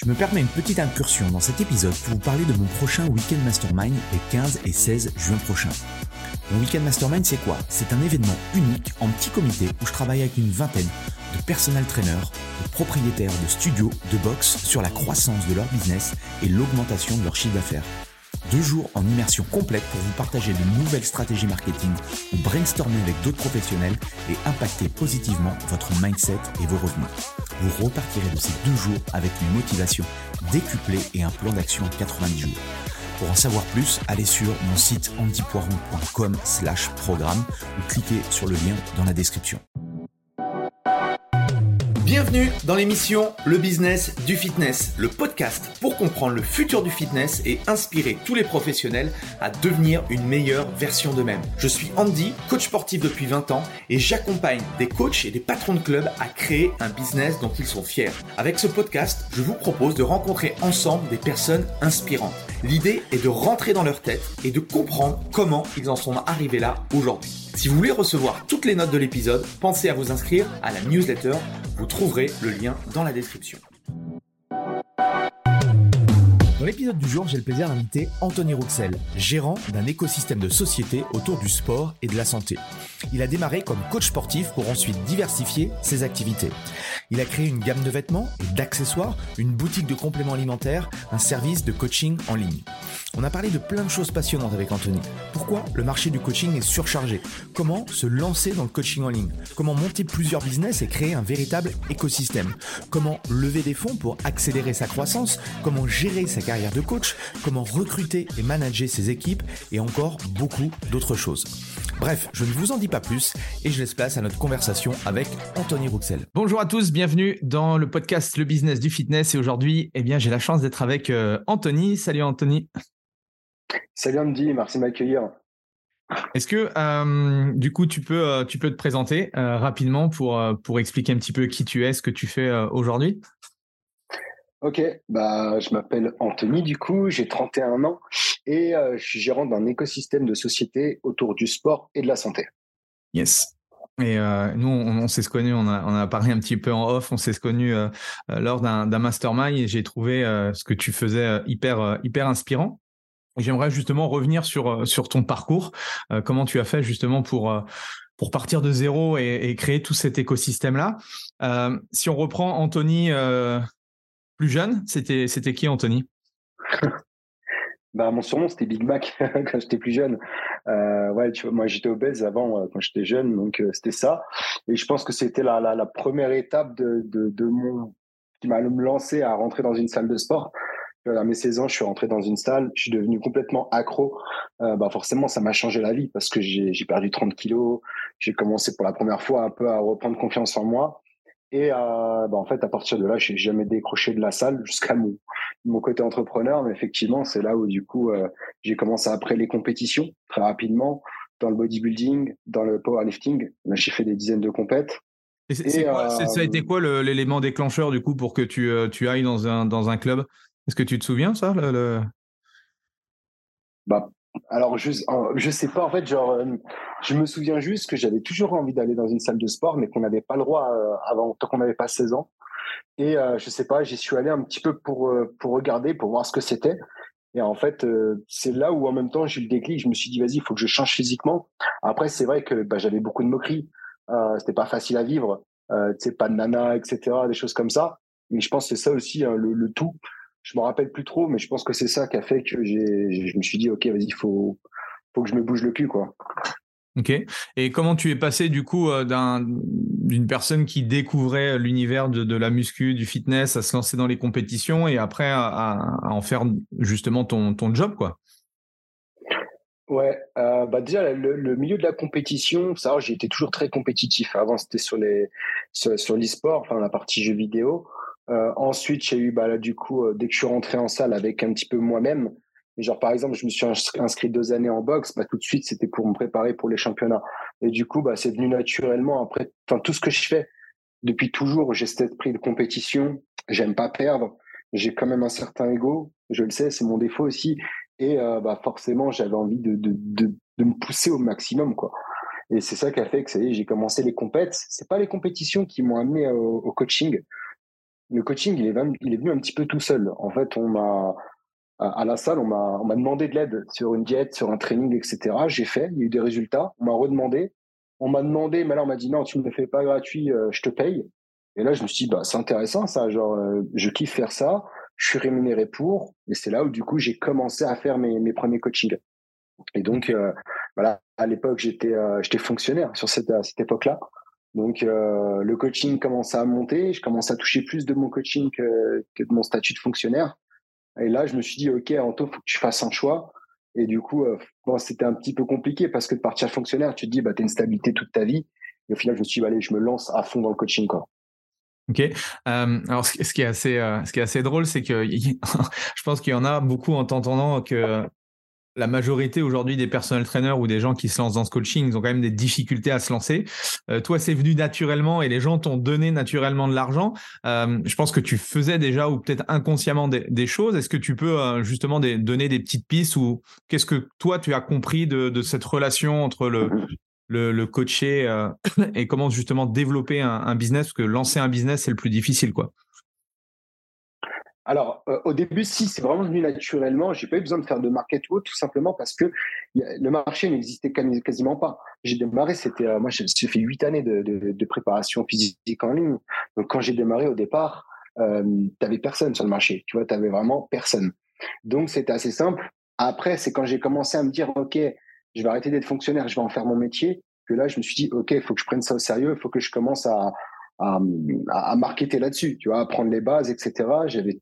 Je me permets une petite incursion dans cet épisode pour vous parler de mon prochain Weekend Mastermind les 15 et 16 juin prochains. Mon Weekend Mastermind, c'est quoi ? C'est un événement unique en petit comité où je travaille avec une vingtaine de personal trainers, de propriétaires de studios, de box sur la croissance de leur business et l'augmentation de leur chiffre d'affaires. 2 jours en immersion complète pour vous partager de nouvelles stratégies marketing ou brainstormer avec d'autres professionnels et impacter positivement votre mindset et vos revenus. Vous repartirez de ces 2 jours avec une motivation décuplée et un plan d'action en 90 jours. Pour en savoir plus, allez sur mon site andypoiron.com/programme ou cliquez sur le lien dans la description. Bienvenue dans l'émission Le Business du Fitness, le podcast pour comprendre le futur du fitness et inspirer tous les professionnels à devenir une meilleure version d'eux-mêmes. Je suis Andy, coach sportif depuis 20 ans et j'accompagne des coachs et des patrons de clubs à créer un business dont ils sont fiers. Avec ce podcast, je vous propose de rencontrer ensemble des personnes inspirantes. L'idée est de rentrer dans leur tête et de comprendre comment ils en sont arrivés là aujourd'hui. Si vous voulez recevoir toutes les notes de l'épisode, pensez à vous inscrire à la newsletter. Vous trouverez le lien dans la description. Dans l'épisode du jour, j'ai le plaisir d'inviter Anthony Rouxel, gérant d'un écosystème de société autour du sport et de la santé. Il a démarré comme coach sportif pour ensuite diversifier ses activités. Il a créé une gamme de vêtements et d'accessoires, une boutique de compléments alimentaires, un service de coaching en ligne. On a parlé de plein de choses passionnantes avec Anthony. Pourquoi le marché du coaching est surchargé ? Comment se lancer dans le coaching en ligne ? Comment monter plusieurs business et créer un véritable écosystème ? Comment lever des fonds pour accélérer sa croissance ? Comment gérer sa carrière de coach ? Comment recruter et manager ses équipes ? Et encore beaucoup d'autres choses. Bref, je ne vous en dis pas plus et je laisse place à notre conversation avec Anthony Rouxel. Bonjour à tous, bienvenue dans le podcast Le Business du Fitness et aujourd'hui, j'ai la chance d'être avec Anthony. Salut Anthony. Salut Andy, merci de m'accueillir. Est-ce que du coup tu peux te présenter rapidement pour expliquer un petit peu qui tu es, ce que tu fais aujourd'hui ? Ok, je m'appelle Anthony du coup, j'ai 31 ans et je suis gérant d'un écosystème de société autour du sport et de la santé. Yes. Et nous, on s'est connus, on a parlé un petit peu en off, on s'est connus lors d'un mastermind et j'ai trouvé ce que tu faisais hyper inspirant. Et j'aimerais justement revenir sur ton parcours, comment tu as fait justement pour partir de zéro et créer tout cet écosystème-là. Si on reprend Anthony plus jeune, c'était qui Anthony ? Mon surnom c'était Big Mac quand j'étais plus jeune. Tu vois, moi j'étais obèse avant quand j'étais jeune, donc c'était ça. Et je pense que c'était la première étape de mon qui m'a lancé à rentrer dans une salle de sport. À mes 16 ans, je suis rentré dans une salle, je suis devenu complètement accro. Forcément, ça m'a changé la vie parce que j'ai perdu 30 kilos. J'ai commencé pour la première fois un peu à reprendre confiance en moi. Et en fait, à partir de là, je n'ai jamais décroché de la salle jusqu'à mon côté entrepreneur. Mais effectivement, c'est là où du coup, j'ai commencé après les compétitions très rapidement, dans le bodybuilding, dans le powerlifting. J'ai fait des dizaines de compètes. Ça a été quoi l'élément déclencheur du coup pour que tu ailles dans un club ? Est-ce que tu te souviens ça Alors je sais pas en fait, je me souviens juste que j'avais toujours envie d'aller dans une salle de sport mais qu'on n'avait pas le droit avant, tant qu'on n'avait pas 16 ans. Et je sais pas, j'y suis allé un petit peu pour regarder, pour voir ce que c'était. Et en fait, c'est là où en même temps j'ai eu le déclic. Je me suis dit vas-y, il faut que je change physiquement. Après c'est vrai que j'avais beaucoup de moqueries, c'était pas facile à vivre, tu sais, pas de nana, etc., des choses comme ça. Mais je pense que c'est ça aussi le tout. Je me rappelle plus trop, mais je pense que c'est ça qui a fait que je me suis dit ok, vas-y, faut que je me bouge le cul, quoi. Ok. Et comment tu es passé du coup d'une personne qui découvrait l'univers de la muscu, du fitness, à se lancer dans les compétitions et après à en faire justement ton job, quoi ? Ouais, déjà le milieu de la compétition, ça, j'ai été toujours très compétitif. Avant, c'était sur l'e-sport, enfin la partie jeux vidéo. Ensuite, j'ai eu là du coup dès que je suis rentré en salle avec un petit peu moi-même. Genre par exemple, je me suis inscrit 2 années en boxe. Tout de suite, c'était pour me préparer pour les championnats. Et du coup, c'est venu naturellement. Après, enfin tout ce que je fais depuis toujours, j'ai cet esprit de compétition. J'aime pas perdre. J'ai quand même un certain ego. Je le sais, c'est mon défaut aussi. Et forcément, j'avais envie de me pousser au maximum, quoi. Et c'est ça qui a fait que ça y est, j'ai commencé les compètes. C'est pas les compétitions qui m'ont amené au coaching. le coaching, il est venu un petit peu tout seul. En fait, à la salle, on m'a demandé de l'aide sur une diète, sur un training, etc. J'ai fait, il y a eu des résultats. On m'a redemandé. On m'a demandé, mais là, on m'a dit non, tu ne me le fais pas gratuit, je te paye. Et là, je me suis dit, bah, c'est intéressant ça. Genre, je kiffe faire ça. Je suis rémunéré pour. Et c'est là où, du coup, j'ai commencé à faire mes premiers coachings. Et donc, voilà, à l'époque, j'étais fonctionnaire à cette époque-là. Donc, le coaching commençait à monter. Je commençais à toucher plus de mon coaching que de mon statut de fonctionnaire. Et là, je me suis dit, OK, Anto, faut que tu fasses un choix. Et du coup, bon, c'était un petit peu compliqué parce que de partir fonctionnaire, tu te dis, bah, tu as une stabilité toute ta vie. Et au final, je me suis dit, bah, allez, je me lance à fond dans le coaching, quoi. Ok. Alors, ce qui est assez drôle, c'est que je pense qu'il y en a beaucoup en t'entendant que la majorité aujourd'hui des personal trainers ou des gens qui se lancent dans ce coaching, ils ont quand même des difficultés à se lancer. Toi, c'est venu naturellement et les gens t'ont donné naturellement de l'argent. Je pense que tu faisais déjà ou peut-être inconsciemment des choses. Est-ce que tu peux justement donner des petites pistes ou qu'est-ce que toi, tu as compris de cette relation entre le coacher et comment justement développer un business? Parce que lancer un business, c'est le plus difficile, quoi. Alors, au début, si, c'est vraiment venu naturellement. J'ai pas eu besoin de faire de market ou autre, tout simplement parce que le marché n'existait quasiment pas. J'ai démarré, moi, j'ai fait 8 années de préparation physique en ligne. Donc, quand j'ai démarré au départ, t'avais personne sur le marché. Tu vois, t'avais vraiment personne. Donc, c'était assez simple. Après, c'est quand j'ai commencé à me dire, OK, je vais arrêter d'être fonctionnaire, je vais en faire mon métier, que là, je me suis dit, OK, il faut que je prenne ça au sérieux, il faut que je commence à, à marketer là-dessus, tu vois, à prendre les bases, etc.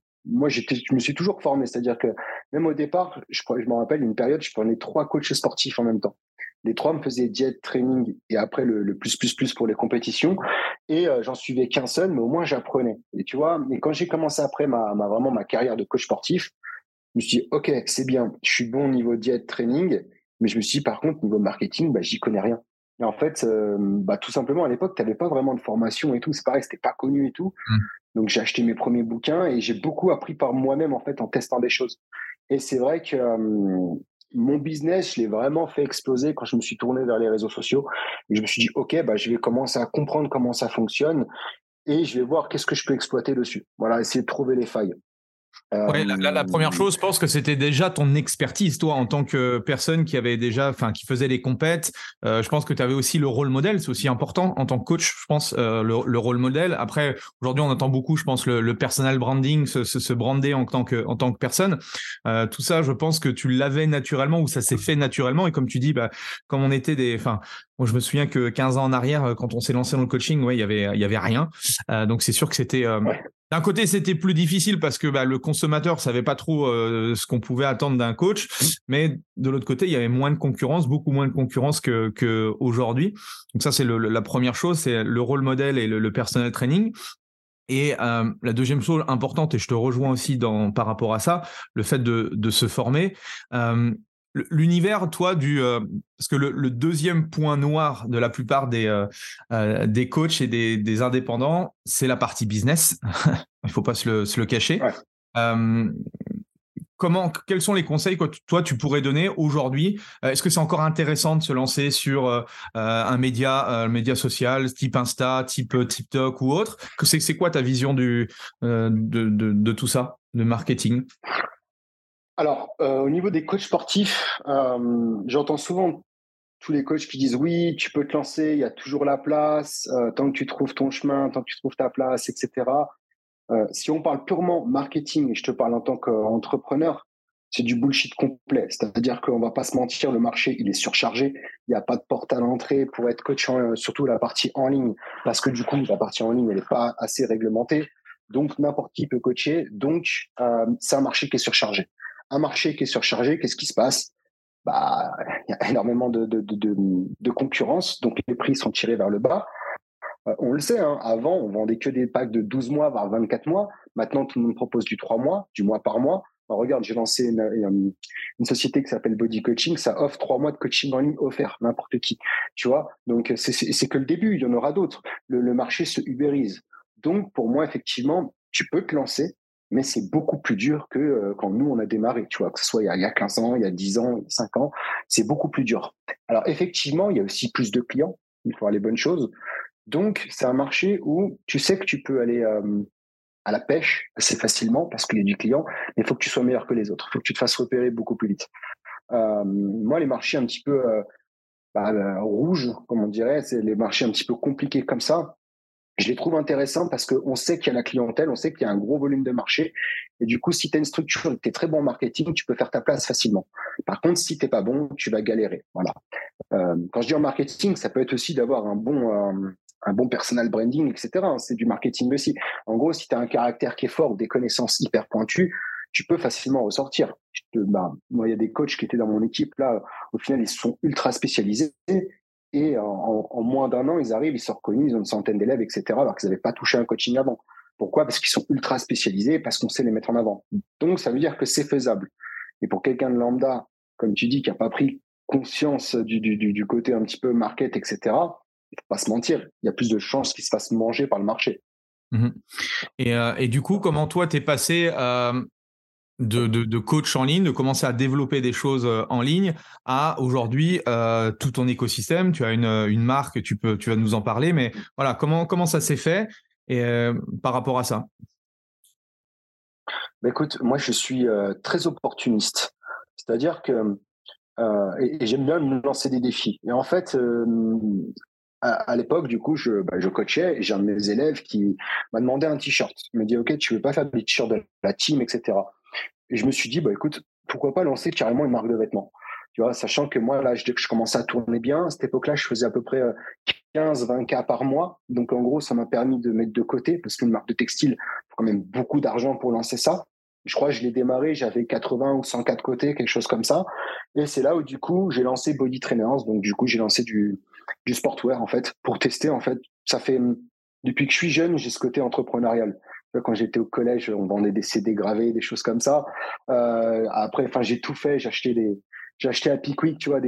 Je me suis toujours formé, c'est-à-dire que même au départ, je me rappelle une période, je prenais 3 coachs sportifs en même temps. Les 3 me faisaient diète, training et après le plus pour les compétitions. Et j'en suivais qu'un seul, mais au moins j'apprenais. Et tu vois, et quand j'ai commencé après vraiment ma carrière de coach sportif, je me suis dit, OK, c'est bien, je suis bon au niveau diète, training, mais je me suis dit, par contre, niveau marketing, bah, j'y connais rien. Et en fait, bah, tout simplement, à l'époque, tu n'avais pas vraiment de formation et tout. C'est pareil, c'était pas connu et tout. Donc, j'ai acheté mes premiers bouquins et j'ai beaucoup appris par moi-même, en fait, en testant des choses. Et c'est vrai que mon business, je l'ai vraiment fait exploser quand je me suis tourné vers les réseaux sociaux. Et je me suis dit, OK, bah, je vais commencer à comprendre comment ça fonctionne et je vais voir qu'est-ce que je peux exploiter dessus. Voilà, essayer de trouver les failles. Ouais, la première Euh, chose, je pense que c'était déjà ton expertise, toi, en tant que personne qui avait déjà, enfin, qui faisait des compètes. Je pense que tu avais aussi le rôle modèle, c'est aussi important en tant que coach, je pense, le rôle modèle. Après, aujourd'hui, on entend beaucoup, je pense, le personal branding, se brander en tant que personne. Tout ça, je pense que tu l'avais naturellement ou ça s'est fait naturellement. Et comme tu dis, bah, comme on était enfin, moi, je me souviens que 15 ans en arrière, quand on s'est lancé dans le coaching, ouais, il y avait rien. Donc, c'est sûr que c'était, ouais. d'un côté, c'était plus difficile parce que bah, le consommateur savait pas trop ce qu'on pouvait attendre d'un coach, mais de l'autre côté, il y avait moins de concurrence, beaucoup moins de concurrence que aujourd'hui. Donc ça, c'est la première chose, c'est le rôle modèle et le personal training. Et la deuxième chose importante, et je te rejoins aussi par rapport à ça, le fait de se former. L'univers, toi, parce que le deuxième point noir de la plupart des coachs et des indépendants, c'est la partie business. Il ne faut pas se le cacher. Ouais. Euh, quels sont les conseils que toi tu pourrais donner aujourd'hui? Est-ce que c'est encore intéressant de se lancer sur un média social type Insta, type TikTok ou autre? C'est quoi ta vision de tout ça, de marketing? Alors, au niveau des coachs sportifs, j'entends souvent tous les coachs qui disent oui, tu peux te lancer, il y a toujours la place, tant que tu trouves ton chemin, tant que tu trouves ta place, etc. Si on parle purement marketing, et je te parle en tant qu'entrepreneur, c'est du bullshit complet. C'est-à-dire qu'on va pas se mentir, le marché, il est surchargé. Il n'y a pas de porte à l'entrée pour être coach, surtout la partie en ligne, parce que du coup, la partie en ligne, elle n'est pas assez réglementée. Donc, n'importe qui peut coacher. Donc, c'est un marché qui est surchargé. Un marché qui est surchargé, qu'est-ce qui se passe? Bah, il y a énormément de concurrence, donc les prix sont tirés vers le bas. On le sait, hein, avant, on vendait que des packs de 12 mois, voire 24 mois. Maintenant, tout le monde propose du 3 mois, du mois par mois. Alors, regarde, j'ai lancé une société qui s'appelle Body Coaching. Ça offre 3 mois de coaching en ligne offert, n'importe qui. Tu vois, donc c'est que le début, il y en aura d'autres. Le marché se ubérise. Donc, pour moi, effectivement, tu peux te lancer, mais c'est beaucoup plus dur que quand nous, on a démarré. Tu vois, que ce soit il y a 15 ans, il y a 10 ans, il y a 5 ans, c'est beaucoup plus dur. Alors, effectivement, il y a aussi plus de clients. Il faut faire les bonnes choses. Donc, c'est un marché où tu sais que tu peux aller à la pêche assez facilement parce qu'il y a du client, mais il faut que tu sois meilleur que les autres. Il faut que tu te fasses repérer beaucoup plus vite. Moi, les marchés un petit peu rouges, comme on dirait, c'est les marchés un petit peu compliqués comme ça. Je les trouve intéressants parce qu'on sait qu'il y a la clientèle, on sait qu'il y a un gros volume de marché. Et du coup, si tu as une structure et que tu es très bon en marketing, tu peux faire ta place facilement. Par contre, si tu n'es pas bon, tu vas galérer. Voilà. Quand je dis en marketing, ça peut être aussi d'avoir un bon personal branding, etc. C'est du marketing aussi. En gros, si tu as un caractère qui est fort ou des connaissances hyper pointues, tu peux facilement ressortir. Moi, il y a des coachs qui étaient dans mon équipe, là, au final, ils sont ultra spécialisés. Et en moins d'un an, ils arrivent, ils sont reconnus, ils ont une centaine d'élèves, etc., alors qu'ils n'avaient pas touché un coaching avant. Pourquoi ? Parce qu'ils sont ultra spécialisés, parce qu'on sait les mettre en avant. Donc, ça veut dire que c'est faisable. Et pour quelqu'un de lambda, comme tu dis, qui n'a pas pris conscience du côté un petit peu market, etc., il ne faut pas se mentir, il y a plus de chances qu'il se fasse manger par le marché. Mmh. Et du coup, comment toi, t'es passé de coach en ligne, de commencer à développer des choses en ligne, à aujourd'hui tout ton écosystème. Tu as une marque, tu vas nous en parler, mais voilà, comment ça s'est fait et par rapport à ça? Écoute, moi je suis très opportuniste, c'est-à-dire que et j'aime bien me lancer des défis. Et en fait, à l'époque, du coup, je coachais et j'ai un de mes élèves qui m'a demandé un t-shirt. Il me dit, OK, tu veux pas faire des t-shirts de la team, etc. Et je me suis dit, écoute, pourquoi pas lancer carrément une marque de vêtements? Tu vois, sachant que moi, là, je commençais à tourner bien. À cette époque-là, je faisais à peu près 15-20 cas par mois. Donc, en gros, ça m'a permis de mettre de côté parce qu'une marque de textile, il faut quand même beaucoup d'argent pour lancer ça. Je crois que je l'ai démarré, j'avais 80 ou 100 cas de côté, quelque chose comme ça. Et c'est là où, du coup, j'ai lancé Body Trainers. Donc, du coup, j'ai lancé du sportwear, en fait, pour tester, en fait. Ça fait, depuis que je suis jeune, j'ai ce côté entrepreneurial. Quand j'étais au collège, on vendait des CD gravés, des choses comme ça. Après, j'ai tout fait. J'ai acheté à Pickwick, tu vois,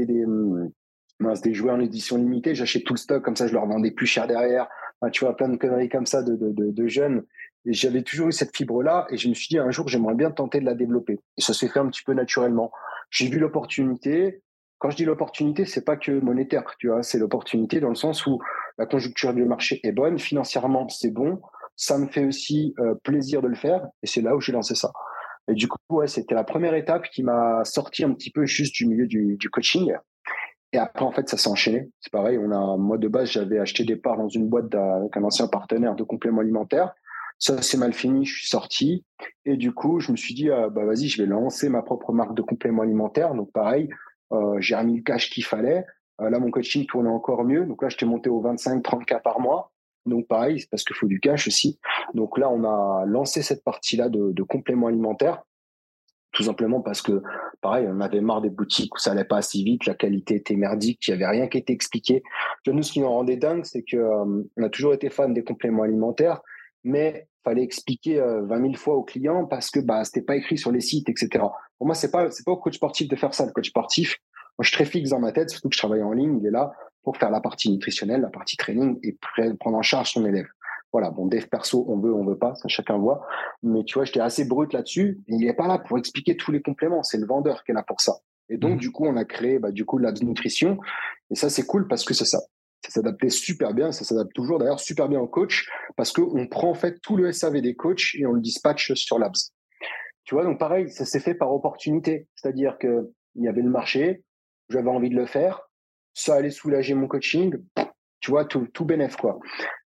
des jouets en édition limitée. J'achetais tout le stock, comme ça, je leur vendais plus cher derrière. Tu vois, plein de conneries comme ça de jeunes. Et j'avais toujours eu cette fibre-là. Et je me suis dit, un jour, j'aimerais bien tenter de la développer. Et ça s'est fait un petit peu naturellement. J'ai vu l'opportunité. Quand je dis l'opportunité, c'est pas que monétaire, tu vois. C'est l'opportunité dans le sens où la conjoncture du marché est bonne. Financièrement, c'est bon. Ça me fait aussi plaisir de le faire et c'est là où j'ai lancé ça. Et du coup, ouais, c'était la première étape qui m'a sorti un petit peu juste du milieu du coaching. Et après, en fait, ça s'est enchaîné. C'est pareil, moi de base, j'avais acheté des parts dans une boîte avec un ancien partenaire de compléments alimentaires. Ça s'est mal fini, je suis sorti. Et du coup, je me suis dit, vas-y, je vais lancer ma propre marque de compléments alimentaires. Donc pareil, j'ai remis le cash qu'il fallait. Là, mon coaching tournait encore mieux. Donc là, j'étais monté aux 25-30 cas par mois. Donc pareil, c'est parce qu'il faut du cash aussi. Donc là, on a lancé cette partie-là de compléments alimentaires, tout simplement parce que, pareil, on avait marre des boutiques où ça allait pas assez vite, la qualité était merdique, il y avait rien qui était expliqué. Nous, ce qui nous rendait dingue, c'est que on a toujours été fan des compléments alimentaires, mais fallait expliquer 20 000 fois aux clients parce que c'était pas écrit sur les sites, etc. Pour moi, c'est pas au coach sportif de faire ça. Le coach sportif, moi, je suis très fixe dans ma tête, surtout que je travaille en ligne, il est là pour faire la partie nutritionnelle, la partie training et prendre en charge son élève. Voilà, bon, dev perso, on veut pas, ça chacun voit. Mais tu vois, j'étais assez brut là-dessus. Et il n'est pas là pour expliquer tous les compléments, c'est le vendeur qui est là pour ça. Et donc, du coup, on a créé Labs Nutrition. Et ça, c'est cool parce que c'est ça. Ça s'adaptait super bien, ça s'adapte toujours d'ailleurs super bien au coach parce qu'on prend en fait tout le SAV des coachs et on le dispatche sur Labs. Tu vois, donc pareil, ça s'est fait par opportunité. C'est-à-dire qu'il y avait le marché, j'avais envie de le faire, ça allait soulager mon coaching, tu vois, tout bénef, quoi.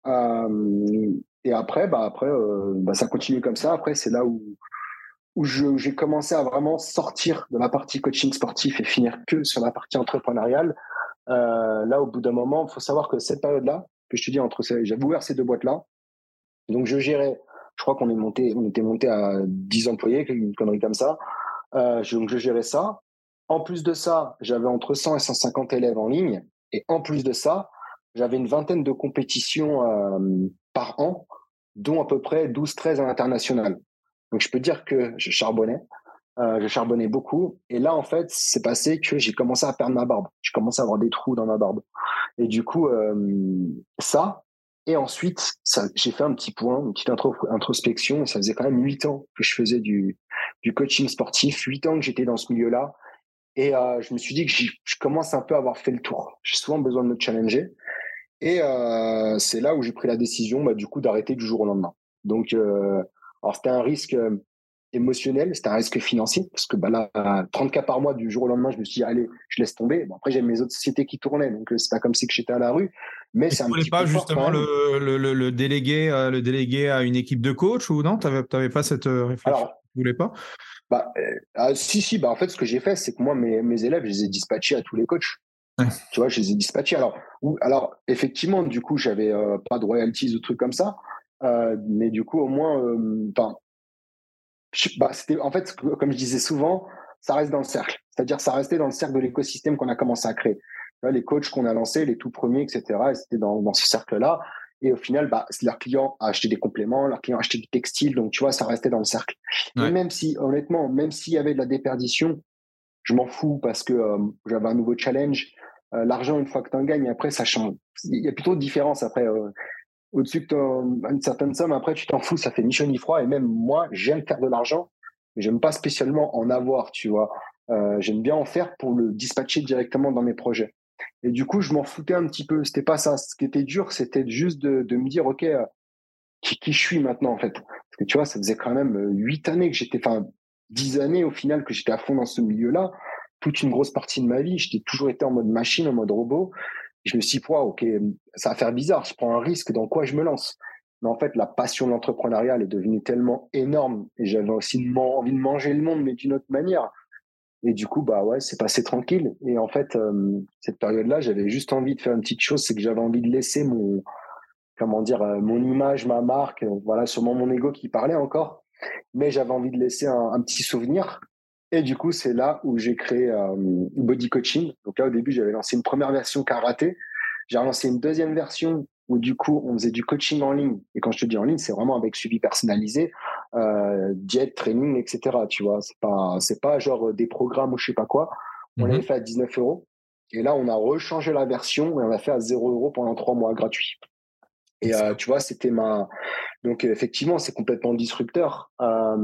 Et après, ça continue comme ça. Après, c'est là où j'ai commencé à vraiment sortir de la partie coaching sportif et finir que sur la partie entrepreneuriale. Là, au bout d'un moment, il faut savoir que cette période-là, que je te dis, j'avais ouvert ces deux boîtes-là. Donc, je crois qu'on était monté à 10 employés, une connerie comme ça. Donc, je gérais ça. En plus de ça, j'avais entre 100 et 150 élèves en ligne. Et en plus de ça, j'avais une vingtaine de compétitions par an, dont à peu près 12-13 à l'international. Donc, je peux dire que je charbonnais beaucoup. Et là, en fait, c'est passé que j'ai commencé à perdre ma barbe. J'ai commencé à avoir des trous dans ma barbe. Et du coup, ça. Et ensuite, j'ai fait un petit point, une petite introspection. Ça faisait quand même 8 ans que je faisais du coaching sportif, 8 ans que j'étais dans ce milieu-là. Et je me suis dit que je commence un peu à avoir fait le tour. J'ai souvent besoin de me challenger. Et c'est là où j'ai pris la décision, du coup, d'arrêter du jour au lendemain. Donc, Alors, c'était un risque émotionnel, c'était un risque financier, parce que là, 30K par mois, du jour au lendemain, je me suis dit, allez, je laisse tomber. Bon, après, j'avais mes autres sociétés qui tournaient, donc c'est pas comme si que j'étais à la rue, mais Et c'est tu un voulais petit pas confort justement quand même. le déléguer à une équipe de coach ou non? T'avais pas cette réflexion? Alors, Tu voulais pas? si, en fait, ce que j'ai fait, c'est que moi, mes élèves, je les ai dispatchés à tous les coachs. Ouais. Tu vois, je les ai dispatchés. Alors effectivement, du coup, j'avais pas de royalties ou trucs comme ça, mais du coup, au moins, c'était, en fait, comme je disais souvent, ça reste dans le cercle. C'est-à-dire, ça restait dans le cercle de l'écosystème qu'on a commencé à créer. Les coachs qu'on a lancés, les tout premiers, etc., et c'était dans ce cercle-là. Et au final, leurs clients achetaient des compléments, leurs clients achetaient du textile. Donc, tu vois, ça restait dans le cercle. Ouais. Et même si, honnêtement, même s'il y avait de la déperdition, je m'en fous parce que j'avais un nouveau challenge. L'argent, une fois que tu en gagnes, après, ça change. Il y a plutôt de différence après. Au-dessus que une certaine somme, après, tu t'en fous, ça fait ni chaud ni froid. Et même moi, j'aime faire de l'argent, mais j'aime pas spécialement en avoir, tu vois. J'aime bien en faire pour le dispatcher directement dans mes projets. Et du coup, je m'en foutais un petit peu. C'était pas ça. Ce qui était dur, c'était juste de me dire, OK, qui je suis maintenant, en fait. Parce que tu vois, ça faisait quand même 8 années que j'étais, enfin, 10 années au final que j'étais à fond dans ce milieu-là. Toute une grosse partie de ma vie, j'étais toujours été en mode machine, en mode robot. Je me suis dit, ok, ça va faire bizarre, je prends un risque, dans quoi je me lance? Mais en fait, la passion de l'entrepreneuriat est devenue tellement énorme et j'avais aussi envie de manger le monde, mais d'une autre manière. Et du coup, c'est passé tranquille. Et en fait, cette période-là, j'avais juste envie de faire une petite chose, c'est que j'avais envie de laisser mon image, ma marque, voilà, sûrement mon ego qui parlait encore, mais j'avais envie de laisser un petit souvenir. Et du coup, c'est là où j'ai créé Body Coaching. Donc là, au début, j'avais lancé une première version qui a raté. J'ai relancé une deuxième version où du coup, on faisait du coaching en ligne. Et quand je te dis en ligne, c'est vraiment avec suivi personnalisé, diète, training, etc. Tu vois, c'est pas genre des programmes ou je sais pas quoi. On l'avait fait à 19 euros. Et là, on a rechangé la version et on l'a fait à 0 euros pendant 3 mois gratuit. Et tu vois, donc effectivement, c'est complètement disrupteur.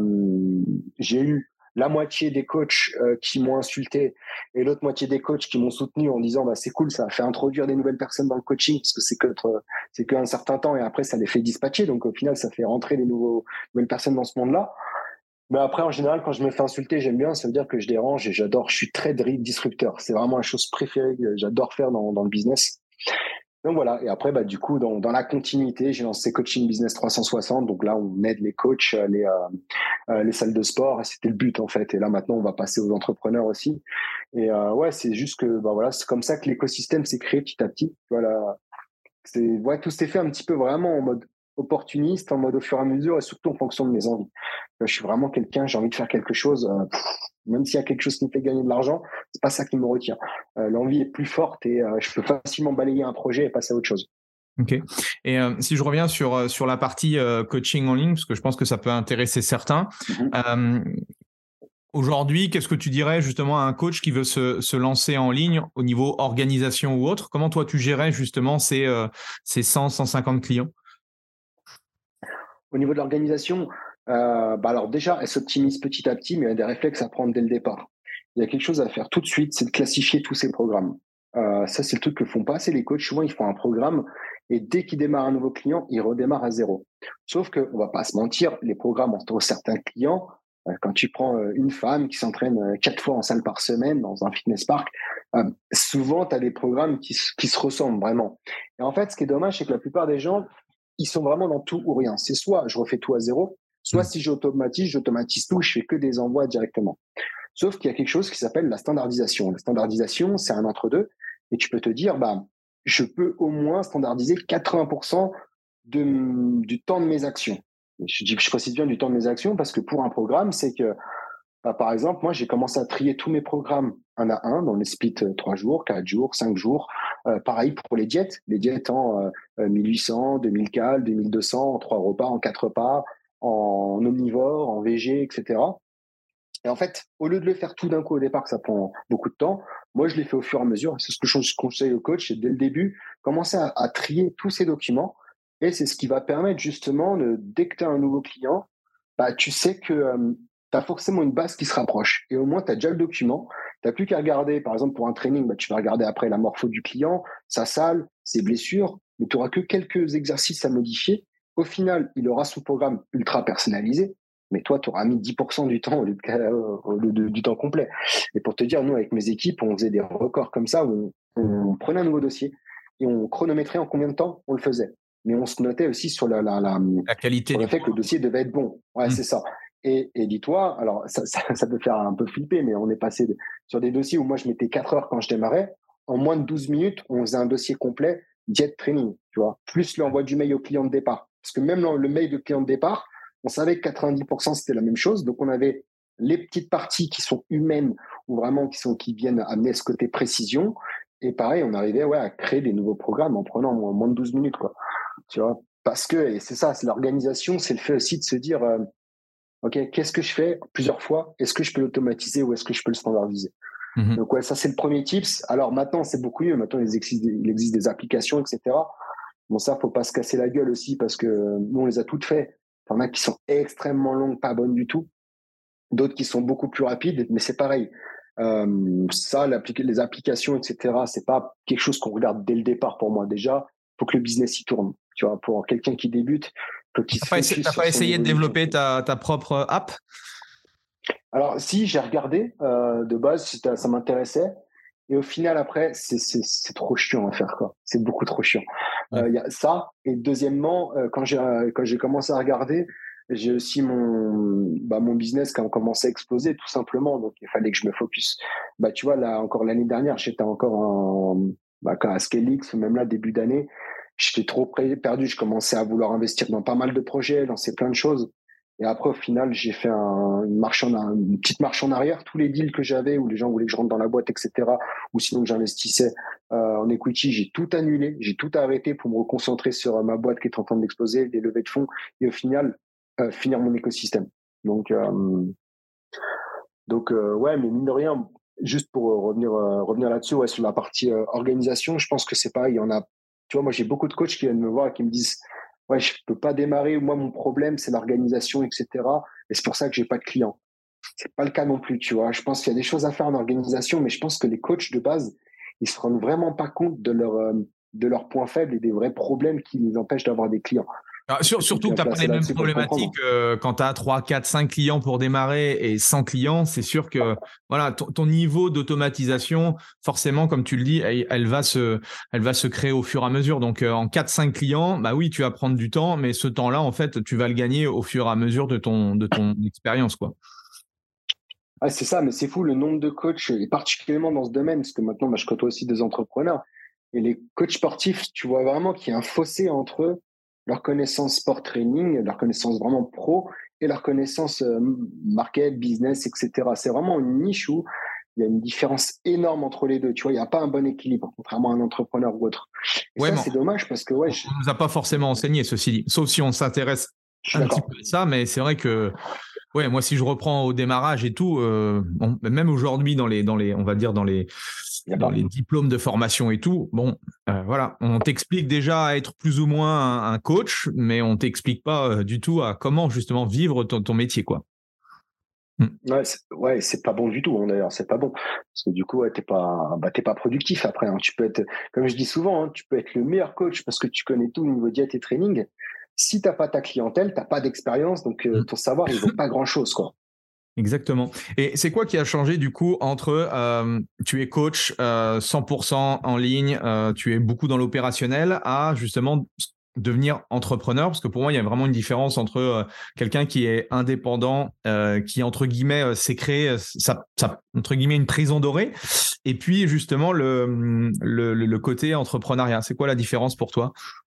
J'ai eu la moitié des coachs qui m'ont insulté et l'autre moitié des coachs qui m'ont soutenu en disant c'est cool, ça a fait introduire des nouvelles personnes dans le coaching parce que c'est qu'un certain temps et après ça les fait dispatcher. Donc au final, ça fait rentrer nouvelles personnes dans ce monde-là. Mais après, en général, quand je me fais insulter, j'aime bien, ça veut dire que je dérange et j'adore. Je suis très disrupteur. C'est vraiment la chose préférée que j'adore faire dans le business. Donc voilà, et après, du coup, dans la continuité, j'ai lancé Coaching Business 360. Donc là, on aide les coachs, les salles de sport, et c'était le but en fait. Et là, maintenant, on va passer aux entrepreneurs aussi. Et c'est juste que, voilà, c'est comme ça que l'écosystème s'est créé petit à petit. Voilà, tout s'est fait un petit peu vraiment en mode opportuniste, en mode au fur et à mesure, et surtout en fonction de mes envies. Je suis vraiment j'ai envie de faire quelque chose. Même s'il y a quelque chose qui me fait gagner de l'argent, c'est pas ça qui me retient. L'envie est plus forte et je peux facilement balayer un projet et passer à autre chose. Ok. Et si je reviens sur la partie coaching en ligne, parce que je pense que ça peut intéresser certains. Aujourd'hui, qu'est-ce que tu dirais justement à un coach qui veut se lancer en ligne au niveau organisation ou autre? Comment toi, tu gérais justement ces 100, 150 clients? Au niveau de l'organisation, alors déjà, elle s'optimise petit à petit, mais il y a des réflexes à prendre dès le départ. Il y a quelque chose à faire tout de suite, c'est de classifier tous ces programmes. Ça, c'est le truc que font pas assez les coachs. Souvent, ils font un programme et dès qu'ils démarrent un nouveau client, ils redémarrent à zéro. Sauf que, on va pas se mentir, les programmes entre certains clients, quand tu prends une femme qui s'entraîne 4 fois en salle par semaine dans un fitness park, souvent, tu as des programmes qui se ressemblent vraiment. Et en fait, ce qui est dommage, c'est que la plupart des gens, ils sont vraiment dans tout ou rien. C'est soit je refais tout à zéro, soit si j'automatise tout, je fais que des envois directement. Sauf qu'il y a quelque chose qui s'appelle la standardisation. La standardisation, c'est un entre-deux. Et tu peux te dire, je peux au moins standardiser 80% du temps de mes actions. Je précise bien du temps de mes actions parce que pour un programme, c'est que, par exemple, moi, j'ai commencé à trier tous mes programmes un à un dans les splits 3 jours, 4 jours, 5 jours. Pareil pour les diètes en 1800, 2000 cales, 2200, en 3 repas, en 4 repas, en omnivore, en végé, etc. Et en fait, au lieu de le faire tout d'un coup au départ, que ça prend beaucoup de temps, moi, je l'ai fait au fur et à mesure. C'est ce que je conseille au coach, c'est dès le début, commencer à trier tous ces documents. Et c'est ce qui va permettre justement, dès que tu as un nouveau client, tu sais que tu as forcément une base qui se rapproche. Et au moins, tu as déjà le document. Tu n'as plus qu'à regarder, par exemple, pour un training, tu vas regarder après la morpho du client, sa salle, ses blessures, mais tu n'auras que quelques exercices à modifier. Au final, il aura son programme ultra personnalisé, mais toi, tu auras mis 10% du temps au lieu du temps complet. Et pour te dire, nous, avec mes équipes, on faisait des records comme ça où on prenait un nouveau dossier et on chronométrait en combien de temps on le faisait. Mais on se notait aussi sur la qualité sur le fait que le dossier devait être bon. Ouais, c'est ça. Et dis-toi, alors ça peut faire un peu flipper, mais on est passé sur des dossiers où moi je mettais 4 heures quand je démarrais. En moins de 12 minutes, on faisait un dossier complet diet training, tu vois, plus l'envoi du mail au client de départ. Parce que même le mail de client de départ, on savait que 90% c'était la même chose. Donc on avait les petites parties qui sont humaines ou vraiment qui viennent amener ce côté précision. Et pareil, on arrivait à créer des nouveaux programmes en prenant moins de 12 minutes, quoi. Tu vois, parce que, et c'est ça, c'est l'organisation, c'est le fait aussi de se dire, OK, qu'est-ce que je fais plusieurs fois? Est-ce que je peux l'automatiser ou est-ce que je peux le standardiser? Donc, ça, c'est le premier tips. Alors, maintenant, c'est beaucoup mieux. Maintenant, il existe des applications, etc. Bon, ça, faut pas se casser la gueule aussi parce que nous, on les a toutes faites. Il y en a qui sont extrêmement longues, pas bonnes du tout. D'autres qui sont beaucoup plus rapides, mais c'est pareil. Ça, les applications, etc., c'est pas quelque chose qu'on regarde dès le départ pour moi. Déjà, faut que le business y tourne. Tu vois, pour quelqu'un qui débute, faut qu'il se focus sur T'as pas essayé de développer ta propre app? Alors, si, j'ai regardé de base, ça m'intéressait. Et au final, après, c'est trop chiant à faire, quoi. C'est beaucoup trop chiant. Il y a ça. Et deuxièmement, quand j'ai commencé à regarder, j'ai aussi mon business qui a commencé à exploser, tout simplement. Donc, il fallait que je me focus. Tu vois, là, encore l'année dernière, j'étais encore à ScaleX, même là, début d'année, j'étais trop perdu. Je commençais à vouloir investir dans pas mal de projets, lancer plein de choses. Et après, au final, j'ai fait une petite marche en arrière. Tous les deals que j'avais, où les gens voulaient que je rentre dans la boîte, etc., ou sinon que j'investissais en equity, j'ai tout annulé, j'ai tout arrêté pour me reconcentrer sur ma boîte qui est en train d'exploser, des levées de fonds, et au final, finir mon écosystème. Donc, ouais, mais mine de rien, juste pour revenir là-dessus, ouais, sur la partie organisation, je pense que c'est pareil. Il y en a, tu vois, moi, j'ai beaucoup de coachs qui viennent me voir et qui me disent, ouais, je peux pas démarrer. Moi, mon problème, c'est l'organisation, etc. Et c'est pour ça que j'ai pas de clients. C'est pas le cas non plus, tu vois. Je pense qu'il y a des choses à faire en organisation, mais je pense que les coachs de base, ils se rendent vraiment pas compte de leurs points faibles et des vrais problèmes qui les empêchent d'avoir des clients. Surtout que tu n'as pas les mêmes problématiques quand tu as 3, 4, 5 clients pour démarrer et 100 clients. C'est sûr que voilà, ton niveau d'automatisation, forcément, comme tu le dis, elle va se créer au fur et à mesure. Donc, en 4, 5 clients, bah oui, tu vas prendre du temps, mais ce temps-là, en fait, tu vas le gagner au fur et à mesure de ton expérience, quoi. Ah, c'est ça, mais c'est fou le nombre de coachs, et particulièrement dans ce domaine, parce que maintenant, je côtoie aussi des entrepreneurs. Et les coachs sportifs, tu vois vraiment qu'il y a un fossé entre leur connaissance sport training, leur connaissance vraiment pro, et leur connaissance market, business, etc. C'est vraiment une niche où il y a une différence énorme entre les deux. Tu vois, il n'y a pas un bon équilibre, contrairement à un entrepreneur ou autre. Et ça, c'est dommage parce que, on ne nous a pas forcément enseigné, ceci dit, sauf si on s'intéresse un petit peu à ça, mais c'est vrai que ouais, moi, si je reprends au démarrage et tout, même aujourd'hui dans les diplômes de formation et tout, voilà, on t'explique déjà à être plus ou moins un coach, mais on t'explique pas du tout à comment justement vivre ton métier, quoi. Ouais, c'est pas bon du tout, hein, d'ailleurs, c'est pas bon. Parce que du coup, t'es pas productif après, hein. Tu peux être, comme je dis souvent, hein, tu peux être le meilleur coach parce que tu connais tout au niveau diète et training. Si t'as pas ta clientèle, t'as pas d'expérience, donc ton savoir, il vaut pas grand-chose, quoi. Exactement. Et c'est quoi qui a changé du coup entre tu es coach 100% en ligne, tu es beaucoup dans l'opérationnel, à justement devenir entrepreneur? Parce que pour moi, il y a vraiment une différence entre quelqu'un qui est indépendant, qui entre guillemets s'est créé entre guillemets une prison dorée, et puis justement le côté entrepreneuriat. C'est quoi la différence pour toi?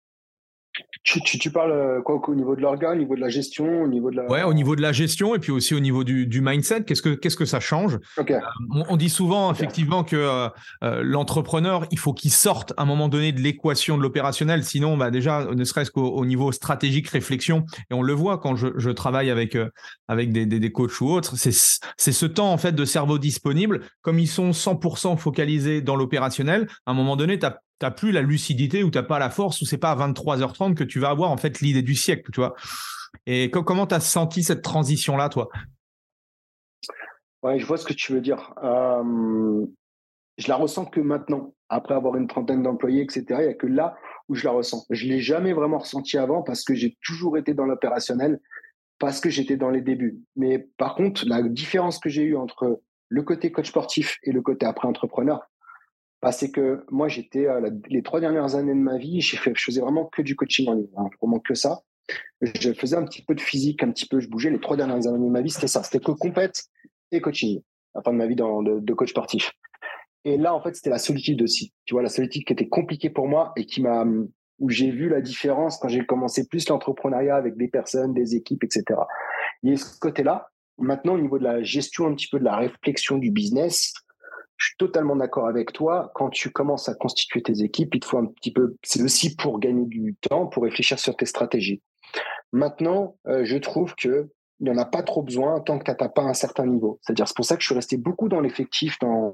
Tu parles quoi au niveau de l'organe, au niveau de la gestion, au niveau de la... Ouais, au niveau de la gestion et puis aussi au niveau du mindset, qu'est-ce que ça change? Okay. On dit souvent effectivement que l'entrepreneur, il faut qu'il sorte à un moment donné de l'équation de l'opérationnel, sinon déjà, ne serait-ce qu'au niveau stratégique, réflexion, et on le voit quand je travaille avec des coachs ou autres, c'est ce temps en fait de cerveau disponible, comme ils sont 100% focalisés dans l'opérationnel, à un moment donné, t'as plus la lucidité ou t'as pas la force, ou c'est pas à 23h30 que tu vas avoir en fait l'idée du siècle, tu vois. Et comment tu as senti cette transition-là, toi? Ouais, je vois ce que tu veux dire. Je la ressens que maintenant, après avoir une trentaine d'employés, etc. Il n'y a que là où je la ressens. Je l'ai jamais vraiment ressenti avant parce que j'ai toujours été dans l'opérationnel, parce que j'étais dans les débuts. Mais par contre, la différence que j'ai eue entre le côté coach sportif et le côté après entrepreneur, bah, c'est que moi, j'étais les 3 dernières années de ma vie, je faisais vraiment que du coaching en ligne, hein, vraiment que ça. Je faisais un petit peu de physique, un petit peu, je bougeais. Les 3 dernières années de ma vie, c'était ça, c'était que compète et coaching, à la fin de ma vie de coach sportif. Et là, en fait, c'était la solitude aussi. Tu vois, la solitude qui était compliquée pour moi et où j'ai vu la différence quand j'ai commencé plus l'entrepreneuriat avec des personnes, des équipes, etc. Il y a ce côté-là. Maintenant, au niveau de la gestion, un petit peu de la réflexion du business, je suis totalement d'accord avec toi. Quand tu commences à constituer tes équipes, il te faut un petit peu, c'est aussi pour gagner du temps, pour réfléchir sur tes stratégies. Maintenant, je trouve que il n'y en a pas trop besoin tant que tu n'atteins pas un certain niveau. C'est-à-dire, c'est pour ça que je suis resté beaucoup dans l'effectif,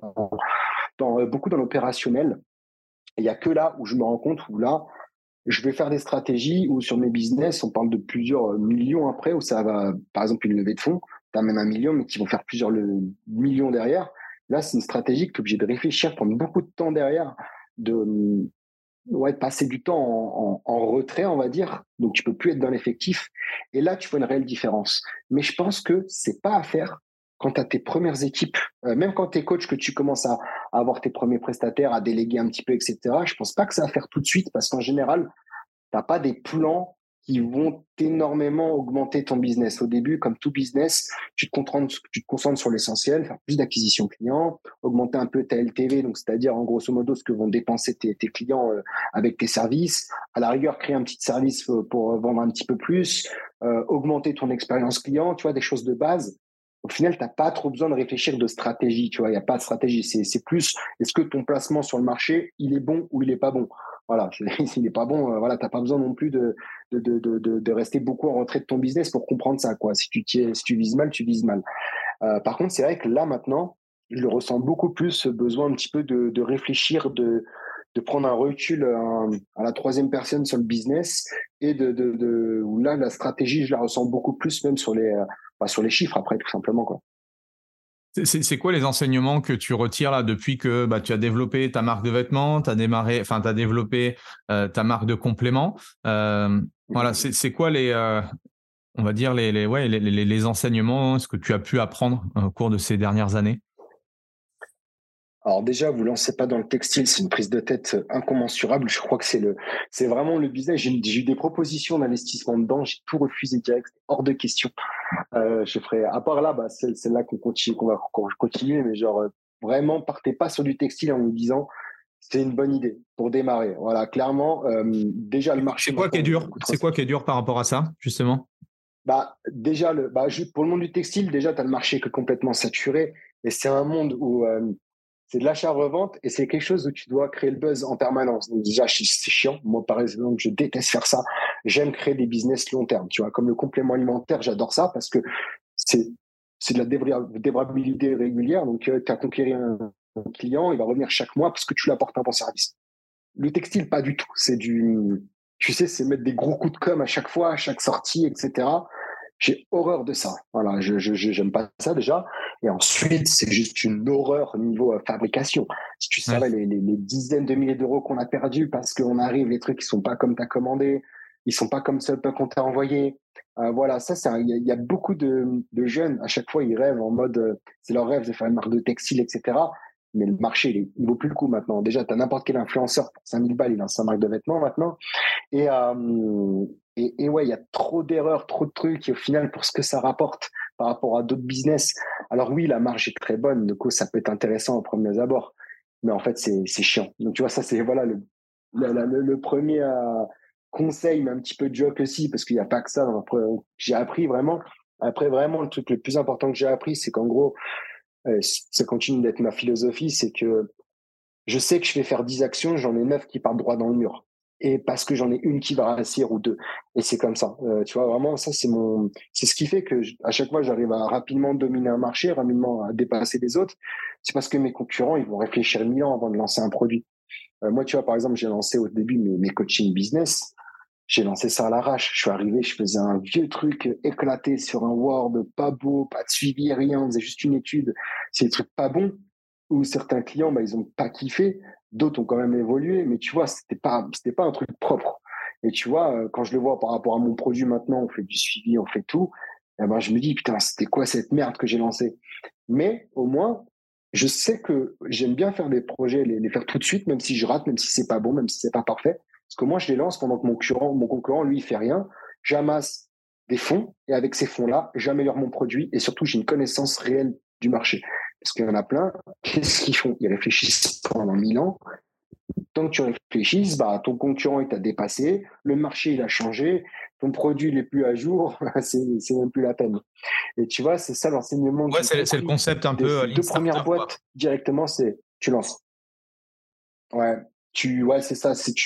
beaucoup dans l'opérationnel. Il n'y a que là où je me rends compte où là, je vais faire des stratégies où sur mes business, on parle de plusieurs millions après, où ça va, par exemple, une levée de fonds, tu as même 1 million, mais qui vont faire plusieurs millions derrière. Là, c'est une stratégie que tu es obligé de réfléchir, prendre beaucoup de temps derrière, de passer du temps en retrait, on va dire. Donc, tu peux plus être dans l'effectif. Et là, tu vois une réelle différence. Mais je pense que c'est pas à faire quand tu as tes premières équipes, même quand tu es coach, que tu commences à avoir tes premiers prestataires, à déléguer un petit peu, etc. Je pense pas que ça à faire tout de suite parce qu'en général, t'as pas des plans qui vont énormément augmenter ton business. Au début, comme tout business, tu te concentres sur l'essentiel, faire plus d'acquisition clients, augmenter un peu ta LTV, donc c'est-à-dire en grosso modo ce que vont dépenser tes clients avec tes services. À la rigueur, créer un petit service pour vendre un petit peu plus, augmenter ton expérience client, tu vois, des choses de base. Au final, t'as pas trop besoin de réfléchir de stratégie, tu vois, il n'y a pas de stratégie. C'est plus, est-ce que ton placement sur le marché, il est bon ou il est pas bon? Voilà, s'il n'est pas bon, voilà, t'as pas besoin non plus de rester beaucoup en retrait de ton business pour comprendre ça, quoi. Si tu vises mal, tu vises mal. Par contre, c'est vrai que là, maintenant, je le ressens beaucoup plus, ce besoin un petit peu de réfléchir, de prendre un recul à la troisième personne sur le business et où là, la stratégie, je la ressens beaucoup plus même sur les chiffres après, tout simplement, quoi. C'est quoi les enseignements que tu retires là depuis que tu as développé ta marque de vêtements, tu as développé ta marque de compléments. Voilà, c'est quoi on va dire les enseignements, ce que tu as pu apprendre au cours de ces dernières années? Alors déjà, vous lancez pas dans le textile, c'est une prise de tête incommensurable. Je crois que c'est vraiment le business. J'ai eu des propositions d'investissement dedans, j'ai tout refusé direct, hors de question. Je ferai, à part là, c'est là qu'on va continuer, mais genre vraiment, partez pas sur du textile en vous disant c'est une bonne idée pour démarrer. Voilà, clairement, déjà le marché. C'est quoi qui est dur? C'est quoi qui est dur par rapport à ça, justement? Déjà pour le monde du textile, déjà tu as le marché qui est complètement saturé et c'est un monde où c'est de l'achat-revente et c'est quelque chose où tu dois créer le buzz en permanence. Donc déjà, c'est chiant. Moi, par exemple, je déteste faire ça. J'aime créer des business long terme. Tu vois, comme le complément alimentaire, j'adore ça parce que c'est de la dévrabilité régulière. Donc, tu as conquéri un client, il va revenir chaque mois parce que tu lui apportes un bon service. Le textile, pas du tout. Tu sais, c'est mettre des gros coups de com' à chaque fois, à chaque sortie, etc. J'ai horreur de ça. Voilà, j'aime pas ça déjà. Et ensuite, c'est juste une horreur au niveau fabrication. Si tu savais les dizaines de milliers d'euros qu'on a perdus parce qu'on arrive, les trucs qui sont pas comme tu as commandé, ils sont pas comme ceux qu'on t'a envoyé. Voilà, ça, il y a beaucoup de jeunes, à chaque fois, ils rêvent en mode, c'est leur rêve de faire une marque de textile, etc. Mais le marché, il vaut plus le coup maintenant. Déjà, tu as n'importe quel influenceur pour 5000 balles, il lance sa marque de vêtements maintenant. Et ouais, il y a trop d'erreurs, trop de trucs. Et au final, pour ce que ça rapporte par rapport à d'autres business, alors oui, la marge est très bonne. Du coup, ça peut être intéressant au premier abord. Mais en fait, c'est chiant. Donc, tu vois, ça, c'est voilà, le premier conseil, mais un petit peu de joke aussi, parce qu'il n'y a pas que ça. Après, j'ai appris vraiment. Après, vraiment, le truc le plus important que j'ai appris, c'est qu'en gros, ça continue d'être ma philosophie, c'est que je sais que je vais faire 10 actions, j'en ai 9 qui partent droit dans le mur. Et parce que j'en ai une qui va réussir ou deux. Et c'est comme ça. Tu vois, vraiment, ça, c'est ce qui fait que à chaque fois, j'arrive à rapidement dominer un marché, rapidement à dépasser les autres. C'est parce que mes concurrents, ils vont réfléchir 1000 ans avant de lancer un produit. Moi, tu vois, par exemple, j'ai lancé au début mes coaching business. J'ai lancé ça à l'arrache. Je suis arrivé, je faisais un vieux truc éclaté sur un Word, pas beau, pas de suivi, rien. On faisait juste une étude. C'est des trucs pas bons où certains clients, ils ont pas kiffé. D'autres ont quand même évolué, mais tu vois, c'était pas un truc propre. Et tu vois, quand je le vois par rapport à mon produit maintenant, on fait du suivi, on fait tout, eh ben, je me dis, putain, c'était quoi cette merde que j'ai lancée? Mais au moins, je sais que j'aime bien faire des projets, les faire tout de suite, même si je rate, même si c'est pas bon, même si c'est pas parfait. Parce que moi, je les lance pendant que mon concurrent, lui, il fait rien. J'amasse des fonds et avec ces fonds-là, j'améliore mon produit et surtout, j'ai une connaissance réelle du marché. Parce qu'il y en a plein, qu'est-ce qu'ils font? Ils réfléchissent pendant 1000 ans. Tant que tu réfléchisses, bah, ton concurrent il t'a dépassé, le marché il a changé, ton produit il est plus à jour, c'est même plus la peine. Et tu vois, c'est ça l'enseignement que Ouais, j'ai c'est le compris concept un de peu ces lean deux premières startup, quoi. boîtes directement, c'est tu lances. Ouais, ouais, c'est ça, c'est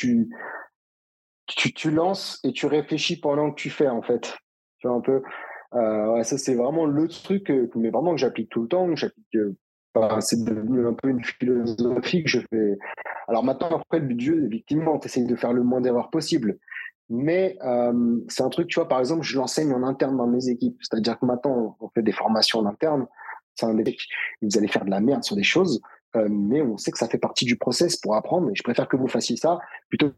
tu lances et tu réfléchis pendant que tu fais en fait. Tu vois un peu. Ouais, ça c'est vraiment le truc, mais vraiment que j'applique tout le temps. C'est devenu un peu une philosophie que je fais. Alors maintenant, après, le but du jeu, effectivement, tu essayes de faire le moins d'erreurs possible. Mais c'est un truc, tu vois, par exemple, je l'enseigne en interne dans mes équipes. C'est-à-dire que maintenant, on fait des formations en interne. C'est un échec. Vous allez faire de la merde sur des choses, mais on sait que ça fait partie du process pour apprendre. Et je préfère que vous fassiez ça plutôt.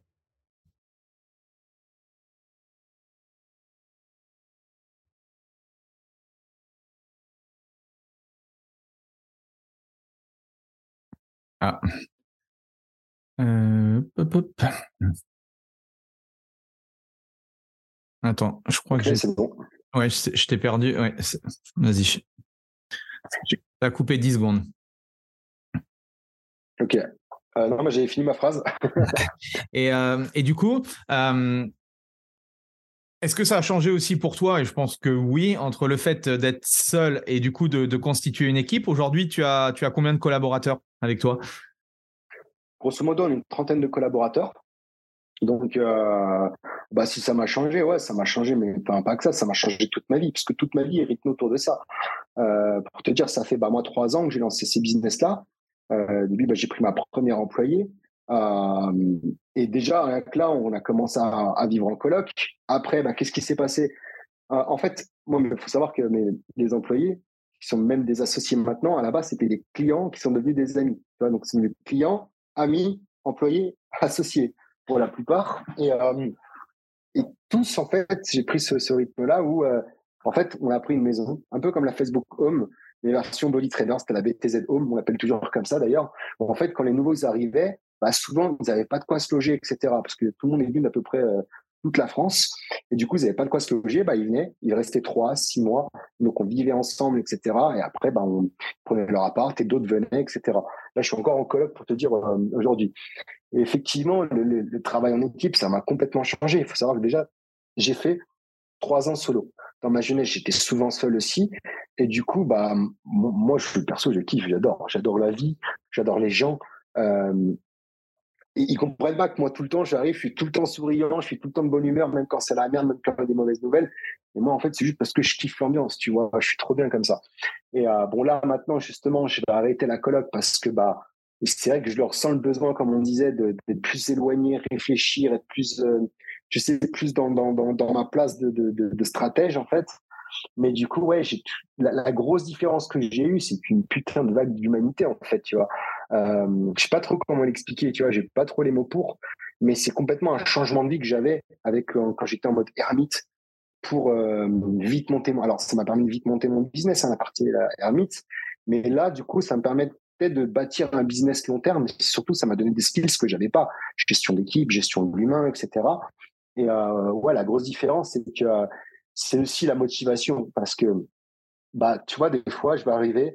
Ah. Hop, hop. Attends, je crois que Ok, c'est bon. Ouais, je t'ai perdu. Ouais, vas-y. T'as coupé 10 secondes. Ok. Non, mais j'avais fini ma phrase. Et du coup, est-ce que ça a changé aussi pour toi? Et je pense que oui, entre le fait d'être seul et du coup de constituer une équipe. Aujourd'hui, tu as combien de collaborateurs avec toi? Grosso modo, on est une trentaine de collaborateurs. Donc, bah, si ça m'a changé, ouais, ça m'a changé, mais enfin, pas que ça m'a changé toute ma vie, parce que toute ma vie est rythmée autour de ça. Pour te dire, ça fait bah, moi 3 ans que j'ai lancé ces business-là. Au début, bah, j'ai pris ma première employée. Euh, et déjà, rien que là, on a commencé à vivre en coloc. Après, bah, qu'est-ce qui s'est passé? En fait, moi, il faut savoir que les employés, qui sont même des associés maintenant, à la base, c'était des clients qui sont devenus des amis. Tu vois, donc, c'est des clients, amis, employés, associés pour la plupart. Et tous, en fait, j'ai pris ce rythme-là où, en fait, on a pris une maison, un peu comme la Facebook Home, les versions Body Trader, c'était la BTZ Home, on l'appelle toujours comme ça d'ailleurs. En fait, quand les nouveaux arrivaient, bah, souvent, ils n'avaient pas de quoi se loger, etc. Parce que tout le monde est venu d'à peu près toute la France. Et du coup, ils n'avaient pas de quoi se loger, bah, ils venaient, ils restaient 3, 6 mois. Donc, on vivait ensemble, etc. Et après, bah, on prenait leur appart et d'autres venaient, etc. Là, je suis encore en coloc pour te dire aujourd'hui. Et effectivement, le travail en équipe, ça m'a complètement changé. Il faut savoir que déjà, j'ai fait 3 ans solo. Dans ma jeunesse, j'étais souvent seul aussi. Et du coup, bah, moi, je suis perso, je kiffe, j'adore. J'adore la vie, j'adore les gens. Euh, et ils comprennent pas que moi, tout le temps, j'arrive, je suis tout le temps souriant, je suis tout le temps de bonne humeur, même quand c'est la merde, même quand il y a des mauvaises nouvelles. Et moi, en fait, c'est juste parce que je kiffe l'ambiance, tu vois. Je suis trop bien comme ça. Et bon, là, maintenant, justement, je vais arrêter la coloc parce que, bah, c'est vrai que je leur sens le besoin, comme on disait, d'être plus éloigné, réfléchir, être plus, je sais, plus dans ma place de stratège, en fait. Mais du coup, ouais, la grosse différence que j'ai eue, c'est une putain de vague d'humanité, en fait, tu vois. Je sais pas trop comment l'expliquer, tu vois, j'ai pas trop les mots pour, mais c'est complètement un changement de vie que j'avais avec quand j'étais en mode ermite pour vite monter mon. Alors, ça m'a permis de vite monter mon business, hein, la partie ermite, mais là, du coup, ça me permet peut-être de bâtir un business long terme, mais surtout, ça m'a donné des skills que j'avais pas, gestion d'équipe, gestion de l'humain, etc. Et ouais, la grosse différence, c'est que c'est aussi la motivation, parce que bah, tu vois, des fois, je vais arriver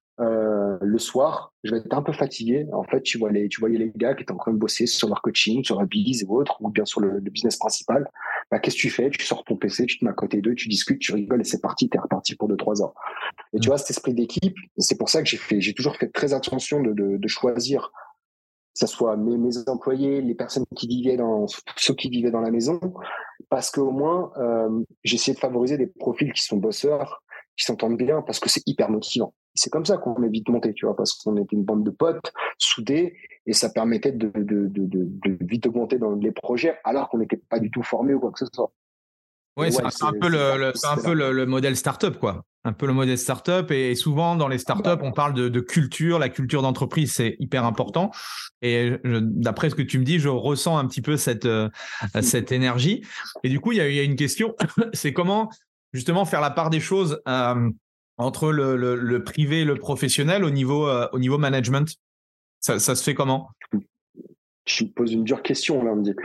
le soir, je vais être un peu fatigué. En fait, tu voyais les gars qui étaient en train de bosser sur leur coaching, sur la bise et autres, ou bien sur le business principal. Bah, qu'est-ce que tu fais? Tu sors ton PC, tu te mets à côté d'eux, tu discutes, tu rigoles et c'est parti, t'es reparti pour 2, 3 heures. Et tu vois, cet esprit d'équipe, c'est pour ça que j'ai toujours fait très attention de choisir, que ce soit mes employés, les personnes qui vivaient ceux qui vivaient dans la maison, parce qu'au moins, j'ai essayé de favoriser des profils qui sont bosseurs, qui s'entendent bien, parce que c'est hyper motivant. C'est comme ça qu'on est vite monté, tu vois, parce qu'on était une bande de potes soudés, et ça permettait de vite augmenter dans les projets, alors qu'on n'était pas du tout formés ou quoi que ce soit. Ouais, c'est un peu le modèle startup, quoi. Un peu le modèle startup. Et souvent, dans les startups, on parle de culture. La culture d'entreprise, c'est hyper important. Et d'après ce que tu me dis, je ressens un petit peu cette énergie. Et du coup, il y a une question. C'est comment, justement, faire la part des choses entre le privé et le professionnel au niveau management. Ça se fait comment? Tu me poses une dure question, là, on me dit.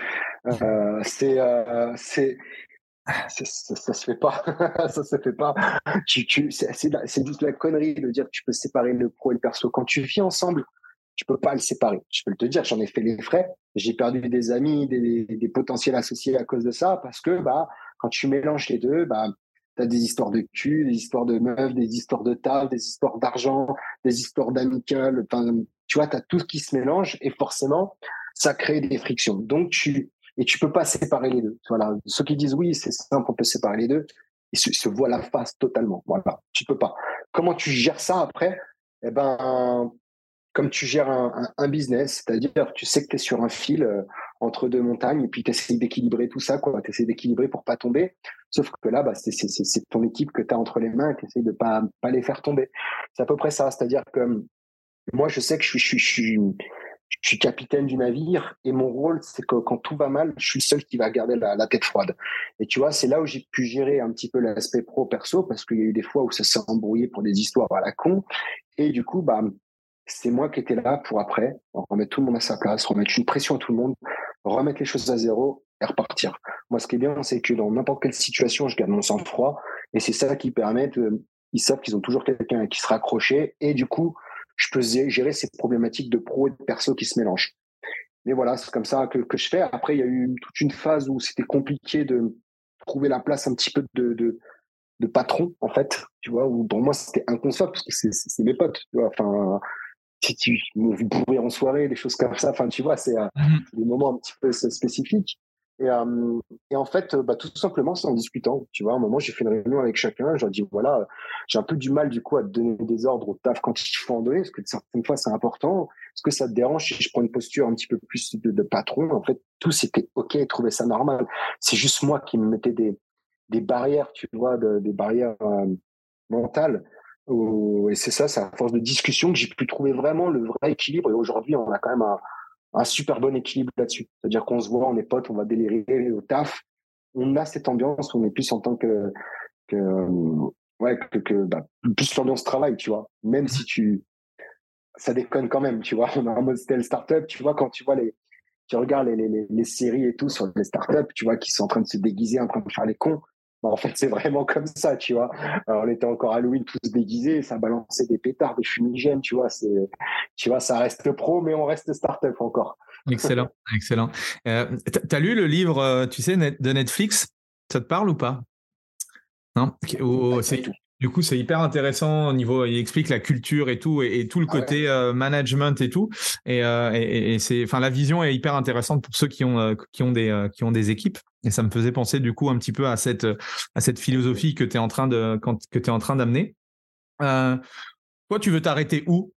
Ça se fait pas. Ça se fait pas. C'est juste la connerie de dire que tu peux séparer le pro et le perso. Quand tu vis ensemble, tu peux pas le séparer. Je peux te dire, j'en ai fait les frais. J'ai perdu des amis, des potentiels associés à cause de ça, parce que quand tu mélanges les deux, tu as des histoires de cul, des histoires de meufs, des histoires de taf, des histoires d'argent, des histoires d'amicales. Enfin, tu vois, tu as tout ce qui se mélange et forcément, ça crée des frictions. Et tu peux pas séparer les deux. Voilà. Ceux qui disent oui, c'est simple, on peut séparer les deux, ils se voient la face totalement. Voilà. Tu peux pas. Comment tu gères ça après? Eh ben, comme tu gères un business, c'est-à-dire tu sais que tu es sur un fil entre deux montagnes et puis tu essaies d'équilibrer tout ça, quoi. Tu essaies d'équilibrer pour pas tomber. Sauf que là, c'est ton équipe que tu as entre les mains et tu essaies de pas les faire tomber. C'est à peu près ça. C'est-à-dire que moi, je sais que je suis capitaine du navire et mon rôle, c'est que quand tout va mal, je suis le seul qui va garder la tête froide. Et tu vois, c'est là où j'ai pu gérer un petit peu l'aspect pro-perso parce qu'il y a eu des fois où ça s'est embrouillé pour des histoires à la con. Et du coup, c'est moi qui étais là pour après remettre tout le monde à sa place, remettre une pression à tout le monde, remettre les choses à zéro et repartir. Moi, ce qui est bien, c'est que dans n'importe quelle situation, je garde mon sang-froid et c'est ça qui permet ils savent qu'ils ont toujours quelqu'un qui sera accroché et du coup, je peux gérer ces problématiques de pro et de perso qui se mélangent. Mais voilà, c'est comme ça que je fais. Après, il y a eu toute une phase où c'était compliqué de trouver la place un petit peu de patron, en fait, tu vois, où pour moi, c'était inconcevable parce que c'est mes potes, tu vois. Enfin, si tu me bourrer en soirée, des choses comme ça, enfin, tu vois, c'est des moments un petit peu spécifiques. Et en fait, tout simplement, c'est en discutant. Tu vois, à un moment, j'ai fait une réunion avec chacun. Je leur dis, voilà, j'ai un peu du mal, du coup, à te donner des ordres au taf quand il faut en donner, parce que certaines fois, c'est important. Est-ce que ça te dérange si je prends une posture un petit peu plus de patron? En fait, tout c'était OK, trouver ça normal. C'est juste moi qui me mettais des barrières, tu vois, des barrières mentales. Et c'est ça, c'est à force de discussion que j'ai pu trouver vraiment le vrai équilibre. Et aujourd'hui, on a quand même un super bon équilibre là-dessus. C'est-à-dire qu'on se voit, on est potes, on va délirer au taf. On a cette ambiance, on est plus en tant plus l'ambiance travail, tu vois. Même si ça déconne quand même, tu vois. On a un mode style startup, tu vois, quand tu regardes les séries et tout sur les startups, tu vois, qui sont en train de se déguiser, en train de faire les cons. En fait, c'est vraiment comme ça, tu vois. Alors, on était encore Halloween tous déguisés, ça balançait des pétards, des fumigènes, tu vois. Tu vois, ça reste pro, mais on reste startup encore. Excellent, excellent. T'as lu le livre, tu sais, de Netflix? Ça te parle ou pas? Non? Du coup, c'est hyper intéressant au niveau, il explique la culture et tout le côté management et tout. Et c'est, enfin, la vision est hyper intéressante pour ceux qui ont des équipes. Et ça me faisait penser du coup un petit peu à cette philosophie que tu es en train d'amener. Toi, tu veux t'arrêter où?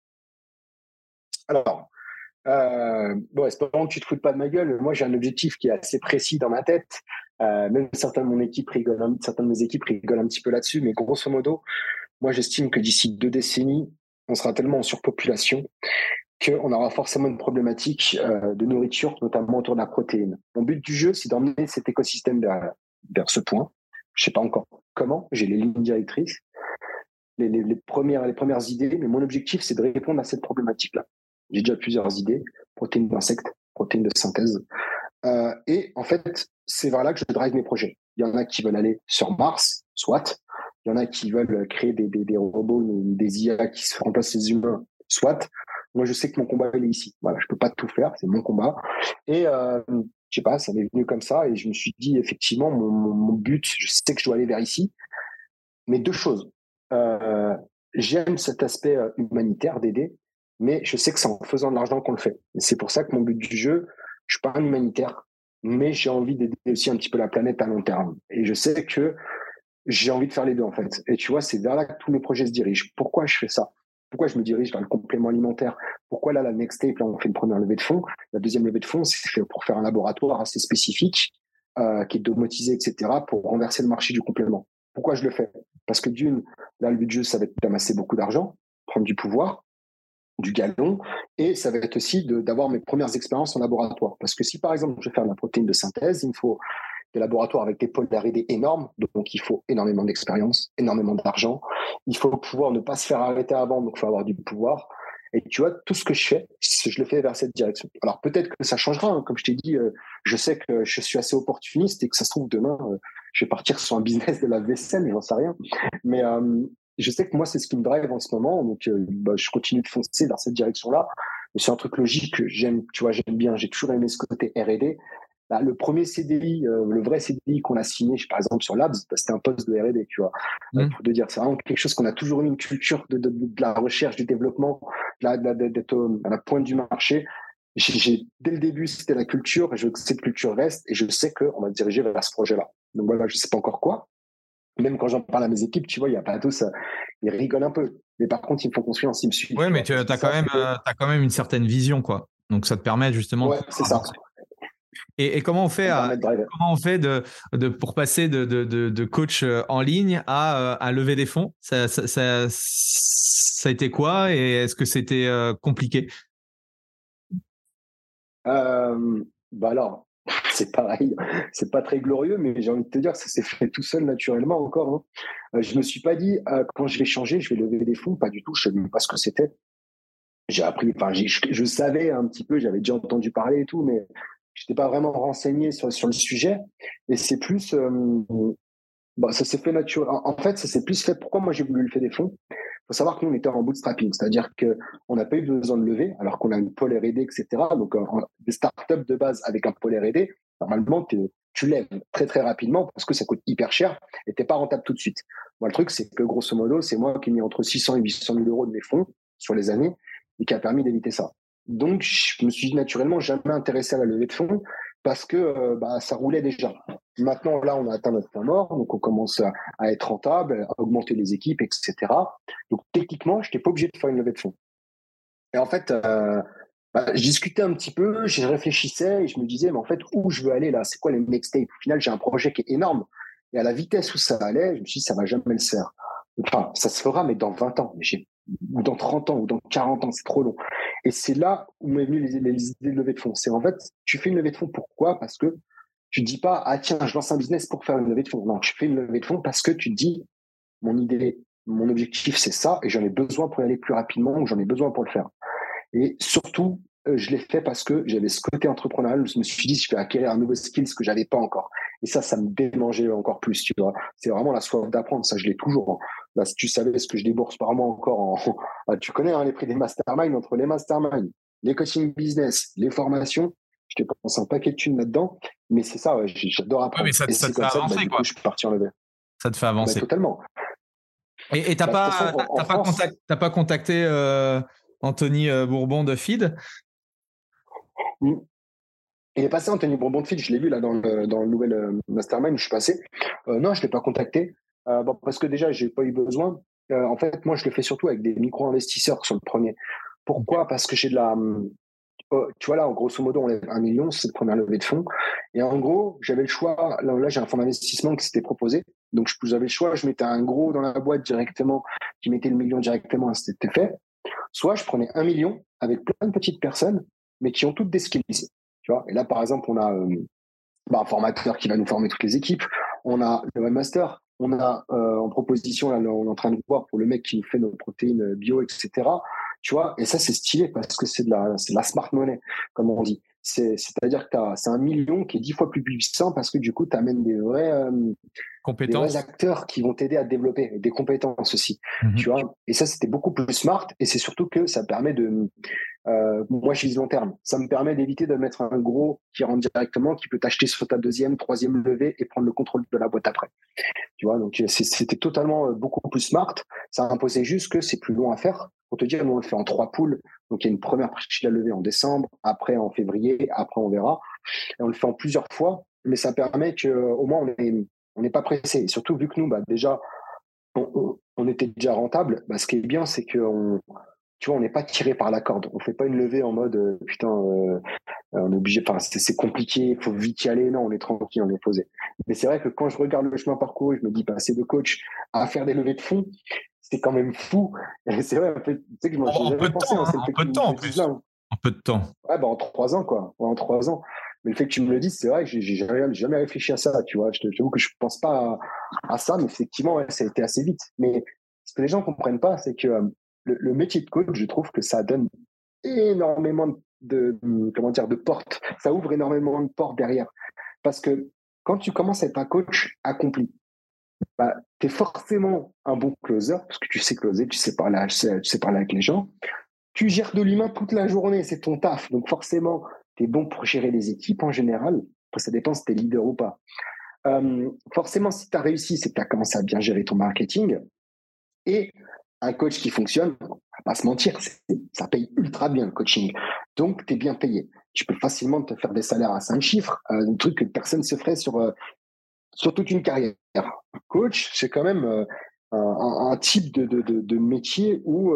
Alors, espérons que tu te foutes pas de ma gueule. Moi, j'ai un objectif qui est assez précis dans ma tête. Même certains de mes équipes rigolent un petit peu là-dessus, mais grosso modo, moi, j'estime que d'ici 2 décennies, on sera tellement en surpopulation qu'on aura forcément une problématique de nourriture, notamment autour de la protéine. Mon but du jeu, c'est d'emmener cet écosystème vers ce point. Je sais pas encore comment. J'ai les lignes directrices, les premières idées, mais mon objectif, c'est de répondre à cette problématique-là. J'ai déjà plusieurs idées, protéines d'insectes, protéines de synthèse. Et en fait, c'est vers là que je drive mes projets. Il y en a qui veulent aller sur Mars, soit. Il y en a qui veulent créer des robots, des IA qui se remplacent les humains, soit. Moi, je sais que mon combat, il est ici. Voilà, je peux pas tout faire, c'est mon combat. Et je sais pas, ça m'est venu comme ça et je me suis dit, effectivement, mon but, je sais que je dois aller vers ici. Mais 2 choses. J'aime cet aspect humanitaire d'aider, mais je sais que c'est en faisant de l'argent qu'on le fait. Et c'est pour ça que mon but du jeu, je suis pas un humanitaire, mais j'ai envie d'aider aussi un petit peu la planète à long terme. Et je sais que j'ai envie de faire les deux, en fait. Et tu vois, c'est vers là que tous mes projets se dirigent. Pourquoi je fais ça? Pourquoi je me dirige vers le complément alimentaire? Pourquoi là, la Next Tape, là, on fait une première levée de fonds. La deuxième levée de fonds, c'est fait pour faire un laboratoire assez spécifique qui est domotisé, etc., pour renverser le marché du complément. Pourquoi je le fais? Parce que d'une, là, le but du jeu, ça va être d'amasser beaucoup d'argent, prendre du pouvoir, du galon, et ça va être aussi d'avoir mes premières expériences en laboratoire. Parce que si, par exemple, je veux faire de la protéine de synthèse, il me faut des laboratoires avec des pôles R&D énormes, donc il faut énormément d'expérience, énormément d'argent. Il faut pouvoir ne pas se faire arrêter avant, donc il faut avoir du pouvoir. Et tu vois, tout ce que je fais, je le fais vers cette direction. Alors peut-être que ça changera, hein. Comme je t'ai dit, je sais que je suis assez opportuniste et que ça se trouve demain, je vais partir sur un business de la vaisselle, j'en sais rien. Mais je sais que moi, c'est ce qui me drive en ce moment, donc je continue de foncer vers cette direction-là. Mais c'est un truc logique que j'aime, tu vois, j'aime bien. J'ai toujours aimé ce côté R&D. Là, le premier CDI, le vrai CDI qu'on a signé, par exemple, sur Labs, c'était un poste de R&D, tu vois. Pour te dire, c'est vraiment quelque chose qu'on a toujours eu une culture de la recherche, du développement, d'être à la pointe du marché. Dès le début, c'était la culture, et je veux que cette culture reste, et je sais qu'on va se diriger vers ce projet-là. Donc voilà, je sais pas encore quoi. Même quand j'en parle à mes équipes, tu vois, il y a pas tous, ils rigolent un peu. Mais par contre, ils me font confiance, ils me suivent. Ouais, mais tu as quand même une certaine vision, quoi. Donc ça te permet justement de c'est ça. Et comment on fait, pour passer de coach en ligne à lever des fonds? Ça a été quoi et est-ce que c'était compliqué? Alors, c'est pareil, c'est pas très glorieux, mais j'ai envie de te dire, ça s'est fait tout seul naturellement encore. Hein. Je me suis pas dit, quand je vais changer, je vais lever des fonds, pas du tout, je savais même pas ce que c'était. J'ai appris, je savais un petit peu, j'avais déjà entendu parler et tout, mais je n'étais pas vraiment renseigné sur le sujet. Et c'est plus, ça s'est fait naturellement. En fait, ça s'est plus fait. Pourquoi moi j'ai voulu lever des fonds? Il faut savoir que nous on était en bootstrapping, c'est-à-dire qu'on n'a pas eu besoin de lever, alors qu'on a une pôle R&D, etc. Donc des startups de base avec un pôle R&D, normalement tu lèves très très rapidement parce que ça coûte hyper cher et t'es pas rentable tout de suite. Moi le truc c'est que grosso modo c'est moi qui ai mis entre 600 et 800 000 euros de mes fonds sur les années et qui a permis d'éviter ça. Donc je me suis naturellement jamais intéressé à la levée de fonds parce que ça roulait déjà. Maintenant, là, on a atteint notre point mort, donc on commence à être rentable, à augmenter les équipes, etc. Donc, techniquement, je n'étais pas obligé de faire une levée de fonds. Et en fait, je discutais un petit peu, je réfléchissais et je me disais, mais en fait, où je veux aller là? C'est quoi les next steps? Au final, j'ai un projet qui est énorme. Et à la vitesse où ça allait, je me suis dit, ça va jamais le faire. Enfin, ça se fera, mais dans 20 ans, ou dans 30 ans, ou dans 40 ans, c'est trop long. Et c'est là où m'est venue les idées de levée de fonds. C'est en fait, tu fais une levée de fonds, pourquoi? Parce que tu te dis pas, ah tiens, je lance un business pour faire une levée de fonds. Non, tu fais une levée de fonds parce que tu te dis, mon idée, mon objectif, c'est ça, et j'en ai besoin pour y aller plus rapidement, ou j'en ai besoin pour le faire. Et surtout, je l'ai fait parce que j'avais ce côté entrepreneurial. Je me suis dit, je vais acquérir un nouveau skill que j'avais pas encore. Et ça me démangeait encore plus, tu vois. C'est vraiment la soif d'apprendre. Ça, je l'ai toujours. Là, si tu savais ce que je débourse par mois encore tu connais les prix des masterminds, entre les masterminds, les coaching business, les formations. Je t'ai pensé un paquet de thunes là-dedans. Mais c'est ça, j'adore apprendre. Ouais, mais ça te fait avancer, quoi. Je suis parti en levée. Ça te fait avancer. Totalement. Et t'as pas contacté Anthony Bourbon de Feed? Il est passé, Anthony Bourbon de Feed, je l'ai vu là dans le nouvel mastermind où je suis passé. Non, je ne l'ai pas contacté parce que déjà, je n'ai pas eu besoin. En fait, moi, je le fais surtout avec des micro-investisseurs sur le premier. Pourquoi? Parce que j'ai de la... tu vois, là, en grosso modo, on lève 1 million, c'est la première levée de fonds. Et en gros, j'avais le choix. Là, j'ai un fonds d'investissement qui s'était proposé. Donc, j'avais le choix. Je mettais un gros dans la boîte directement, qui mettait le million directement, c'était fait. Soit je prenais 1 million avec plein de petites personnes, mais qui ont toutes des skills. Tu vois, et là, par exemple, on a un formateur qui va nous former toutes les équipes. On a le webmaster. On a en proposition, là, on est en train de voir pour le mec qui nous fait nos protéines bio, etc. Tu vois, et ça, c'est stylé parce que c'est de la smart money, comme on dit. C'est-à-dire que c'est 1 million qui est 10 fois plus puissant parce que du coup, tu amènes des vrais acteurs qui vont t'aider à te développer, des compétences aussi. Tu vois, et ça, c'était beaucoup plus smart et c'est surtout que ça permet de... moi, je vise long terme. Ça me permet d'éviter de mettre un gros qui rentre directement, qui peut t'acheter sur ta deuxième, troisième levée et prendre le contrôle de la boîte après. Tu vois, donc c'était totalement beaucoup plus smart. Ça imposait juste que c'est plus long à faire. Pour te dire, nous, on le fait en 3 poules. Donc, il y a une première partie de la levée en décembre, après en février, après on verra. Et on le fait en plusieurs fois, mais ça permet qu'au moins, on n'est pas pressé. Et surtout, vu que nous, déjà, on était déjà rentable, ce qui est bien, c'est qu'on tu vois, on n'est pas tiré par la corde. On fait pas une levée en mode On est obligé, enfin, c'est compliqué, il faut vite y aller. Non, on est tranquille, on est posé. Mais c'est vrai que quand je regarde le chemin parcouru, je me dis, passer de coach à faire des levées de fonds, c'est quand même fou. Et c'est vrai, en fait, tu sais que j'ai En peu jamais de pensé, temps, hein, hein, c'est le en fait que peu tu de me temps en le dises plus. là. Hein. En peu de temps. Ouais, bah, en 3 ans, quoi. Ouais, en 3 ans. Mais le fait que tu me le dises, c'est vrai que j'ai jamais réfléchi à ça, tu vois. Je t'avoue que je pense pas à ça, mais effectivement, ouais, ça a été assez vite. Mais ce que les gens comprennent pas, c'est que le métier de coach, je trouve que ça donne énormément comment dire, de portes. Ça ouvre énormément de portes derrière. Parce que quand tu commences à être un coach accompli, bah, tu es forcément un bon closer, parce que tu sais closer, tu sais parler avec les gens. Tu gères de l'humain toute la journée, c'est ton taf. Donc forcément, tu es bon pour gérer les équipes en général. Après, ça dépend si tu es leader ou pas. Forcément, si tu as réussi, c'est que tu as commencé à bien gérer ton marketing. Et un coach qui fonctionne, on va pas se mentir, ça paye ultra bien le coaching. Donc, tu es bien payé. Tu peux facilement te faire des salaires à 5 chiffres, un truc que personne ne se ferait sur toute une carrière. Coach, c'est quand même un type de métier où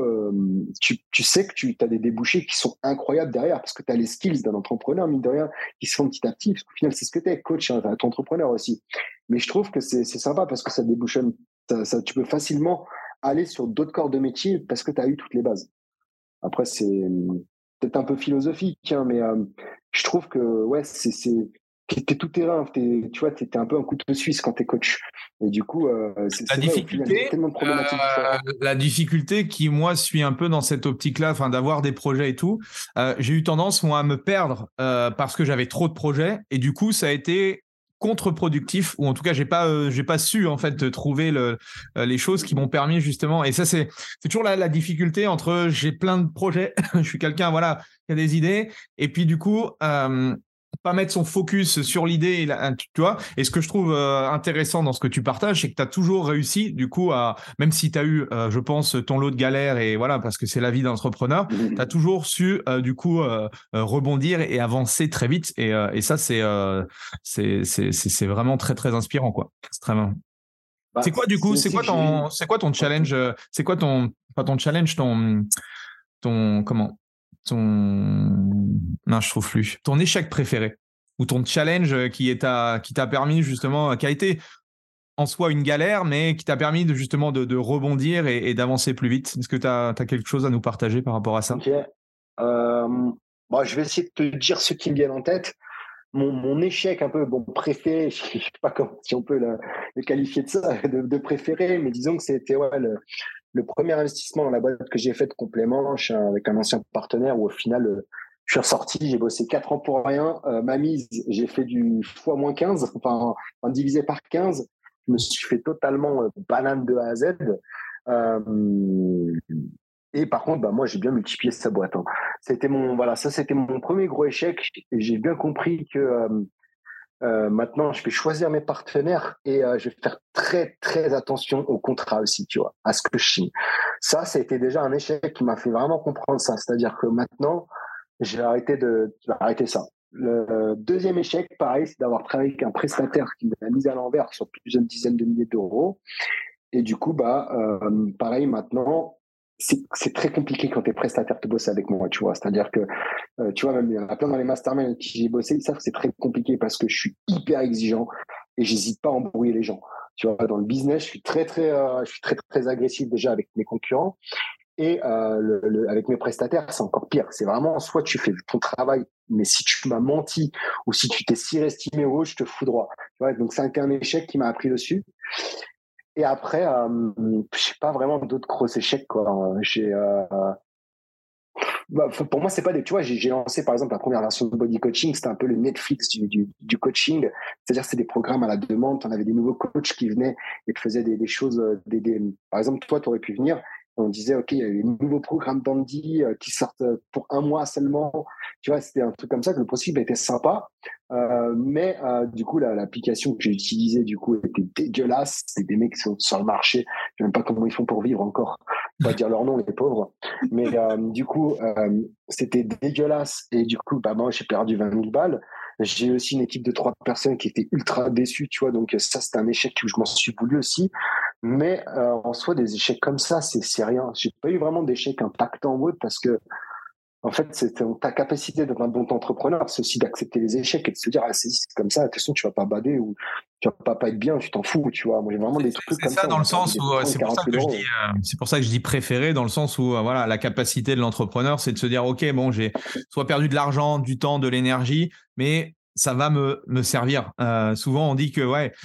tu sais que tu as des débouchés qui sont incroyables derrière parce que tu as les skills d'un entrepreneur, mine de rien, qui se font petit à petit. Parce qu'au final, c'est ce que tu es, coach, hein, tu es entrepreneur aussi. Mais je trouve que c'est sympa parce que ça débouchonne. Tu peux facilement aller sur d'autres corps de métier parce que tu as eu toutes les bases. Après, c'est peut-être un peu philosophique, hein, mais je trouve que ouais, t'es tout terrain. Tu vois, t'es un peu un couteau suisse quand t'es coach. Et du coup, La c'est vrai, au final, il y a tellement de problématiques différentes. la difficulté qui, moi, suis un peu dans cette optique-là, enfin, d'avoir des projets et tout, j'ai eu tendance, moi, à me perdre parce que j'avais trop de projets. Et du coup, ça a été contre-productif, ou en tout cas, j'ai pas su, en fait, trouver les choses qui m'ont permis, justement. Et ça, c'est toujours la difficulté entre j'ai plein de projets, je suis quelqu'un, voilà, qui a des idées. Et puis, du coup, pas mettre son focus sur l'idée, tu vois. Et ce que je trouve intéressant dans ce que tu partages, c'est que tu as toujours réussi, du coup, même si tu as eu, je pense, ton lot de galères, et voilà, parce que c'est la vie d'entrepreneur, tu as toujours su, du coup, rebondir et avancer très vite. Et ça, c'est vraiment très, très inspirant, quoi. Extrêmement. Bah, C'est quoi, du coup, c'est aussi que j'ai eu. c'est quoi ton challenge, c'est quoi pas ton challenge, comment, ton, non, je trouve plus, ton échec préféré ou ton challenge qui t'a permis justement, qui a été en soi une galère, mais qui t'a permis justement de rebondir et d'avancer plus vite. Est-ce que tu as quelque chose à nous partager par rapport à ça? Ok. Bon, je vais essayer de te dire ceux qui me viennent en tête. Mon échec un peu bon préféré, je sais pas comment, si on peut le qualifier de ça, de préféré, mais disons que c'était ouais, le premier investissement dans la boîte que j'ai fait de complément avec un ancien partenaire où au final je suis ressorti, j'ai bossé 4 ans pour rien. Ma mise, j'ai fait du x-15, enfin divisé par 15. Je me suis fait totalement banane de A à Z. Euh, et par contre, bah, moi, j'ai bien multiplié sa boîte. Hein. Ça, c'était mon premier gros échec. Et j'ai bien compris que maintenant, je vais choisir mes partenaires et je vais faire très, très attention au contrat aussi, tu vois, à ce que je signe. Ça a été déjà un échec qui m'a fait vraiment comprendre ça. C'est-à-dire que maintenant, j'ai arrêté ça. Le deuxième échec, pareil, c'est d'avoir travaillé avec un prestataire qui m'a mis à l'envers sur plusieurs dizaines de milliers d'euros. Et du coup, pareil, maintenant, c'est très compliqué quand t'es prestataire de bosser avec moi, tu vois. C'est-à-dire que, tu vois, même il y en a plein dans les masterminds avec qui j'ai bossé, ils savent que c'est très compliqué parce que je suis hyper exigeant et j'hésite pas à embrouiller les gens. Tu vois, dans le business, je suis très, très agressif déjà avec mes concurrents. Et avec mes prestataires, c'est encore pire. C'est vraiment, soit tu fais ton travail, mais si tu m'as menti ou si tu t'es surestimé ou autre, je te fous droit. Tu vois, donc c'est un échec qui m'a appris dessus. Et après, j'ai pas vraiment d'autres gros échecs, quoi. Pour moi, c'est pas des. Tu vois, j'ai lancé par exemple la première version de Body Coaching, c'était un peu le Netflix du coaching. C'est-à-dire, c'est des programmes à la demande. On avait des nouveaux coachs qui venaient et qui faisaient des choses. Par exemple, toi, tu aurais pu venir. On disait, OK, il y a des nouveaux programmes d'Andy qui sortent pour 1 mois seulement. Tu vois, c'était un truc comme ça que le principe était sympa. Mais du coup, l'application que j'ai utilisée, du coup, était dégueulasse. C'était des mecs qui sont sur le marché. Je sais même pas comment ils font pour vivre encore. On va dire leur nom, les pauvres. Mais du coup, c'était dégueulasse. Et du coup, moi, j'ai perdu 20 000 balles. J'ai aussi une équipe de 3 personnes qui étaient ultra déçues, tu vois. Donc ça, c'était un échec où je m'en suis voulu aussi. Mais en soi, des échecs comme ça, c'est rien. J'ai pas eu vraiment d'échecs impactants ou autre parce que En fait, c'est ta capacité d'être un bon entrepreneur, c'est aussi d'accepter les échecs et de se dire, c'est comme ça, de toute façon, tu vas pas bader ou tu vas pas être bien, tu t'en fous, tu vois. Moi, j'ai vraiment des trucs C'est comme ça ça. dans le J'ai perdu sens des où 30, 40 000 euros. c'est pour ça que je dis préféré dans le sens où voilà, la capacité de l'entrepreneur, c'est de se dire ok, bon, j'ai soit perdu de l'argent, du temps, de l'énergie, mais ça va me servir. Souvent, on dit que ouais,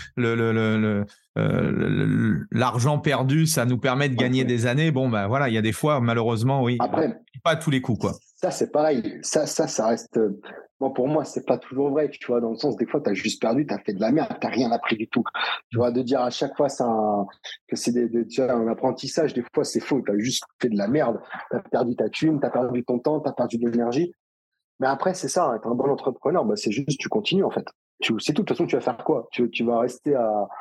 l'argent perdu, ça nous permet de gagner des années. Bon, ben voilà, il y a des fois, malheureusement, oui, Après, pas à tous les coups, quoi. ça, c'est pareil. Ça reste. Bon, pour moi, c'est pas toujours vrai, tu vois, dans le sens, des fois, tu as juste perdu, tu as fait de la merde, tu rien appris du tout. Tu vois, de dire à chaque fois que c'est tu vois, un apprentissage, des fois, c'est faux. Tu as juste fait de la merde. Tu as perdu ta thune, tu as perdu ton temps, tu as perdu de l'énergie. Mais après, c'est ça, être un bon entrepreneur, bah, c'est juste, tu continues, en fait. C'est tout. De toute façon, tu vas faire quoi? Tu vas rester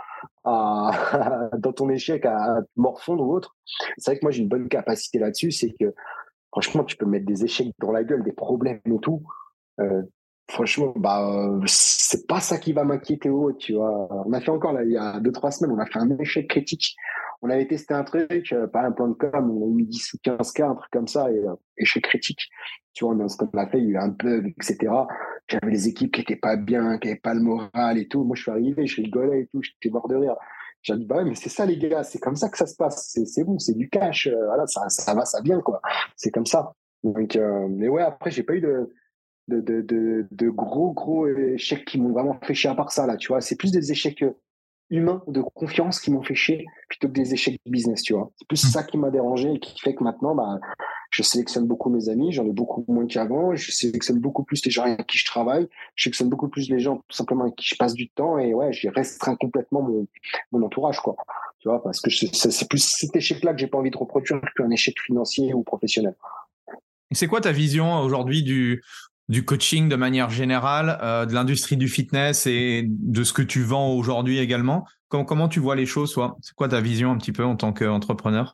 dans ton échec à morfondre ou autre. C'est vrai que moi, j'ai une bonne capacité là-dessus, c'est que franchement, tu peux mettre des échecs dans la gueule, des problèmes et tout. Euh, franchement, c'est pas ça qui va m'inquiéter ou autre, tu vois. On a fait encore, là, il y a 2-3 semaines, on a fait un échec critique. On avait testé un truc, pas un plan de com, on a mis 10 ou 15K, un truc comme ça, et échec critique. Tu vois, ce qu'on a fait, il y a eu un bug, etc. J'avais les équipes qui étaient pas bien, qui avaient pas le moral et tout. Moi, je suis arrivé, je rigolais et tout, j'étais mort de rire. J'ai dit, bah ouais, mais c'est ça, les gars, c'est comme ça que ça se passe. C'est bon, c'est du cash. Voilà, ça va, ça vient, quoi. C'est comme ça. Donc, mais ouais, après, j'ai pas eu de gros échecs qui m'ont vraiment fait chier à part ça, là, tu vois. C'est plus des échecs humains, de confiance qui m'ont fait chier plutôt que des échecs de business, tu vois. C'est plus ça qui m'a dérangé et qui fait que maintenant, bah, je sélectionne beaucoup mes amis, j'en ai beaucoup moins qu'avant, je sélectionne beaucoup plus les gens avec qui je travaille, je sélectionne beaucoup plus les gens tout simplement avec qui je passe du temps et ouais, j'ai restreint complètement mon entourage, quoi. Tu vois, parce que c'est plus cet échec-là que j'ai pas envie de reproduire qu'un échec financier ou professionnel. C'est quoi ta vision aujourd'hui du coaching de manière générale, de l'industrie du fitness et de ce que tu vends aujourd'hui également? Comment tu vois les choses, toi? C'est quoi ta vision un petit peu en tant qu'entrepreneur?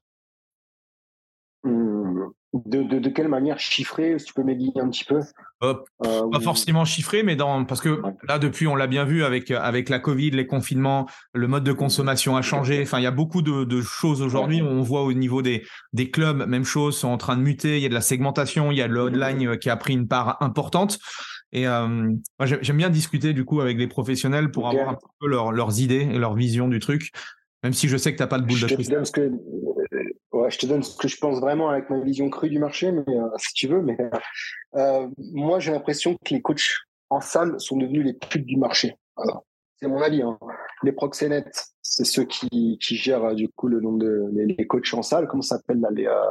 De quelle manière chiffrer, si tu peux m'aiguiller un petit peu? Euh, Pas Ou... forcément chiffré, mais parce que là, depuis, on l'a bien vu avec la Covid, les confinements, le mode de consommation a changé. Enfin, il y a beaucoup de choses aujourd'hui. On voit au niveau des clubs, même chose, sont en train de muter. Il y a de la segmentation, il y a le online qui a pris une part importante. Et moi, j'aime bien discuter du coup avec les professionnels pour avoir un petit peu leurs idées et leur vision du truc, même si je sais que tu n'as pas de boule de cristal. Je te donne ce que je pense vraiment avec ma vision crue du marché, mais si tu veux. Mais moi, j'ai l'impression que les coachs en salle sont devenus les putes du marché. Voilà. C'est mon avis. Hein. Les proxénètes, c'est ceux qui gèrent du coup le nombre de les coachs en salle. Comment ça s'appelle là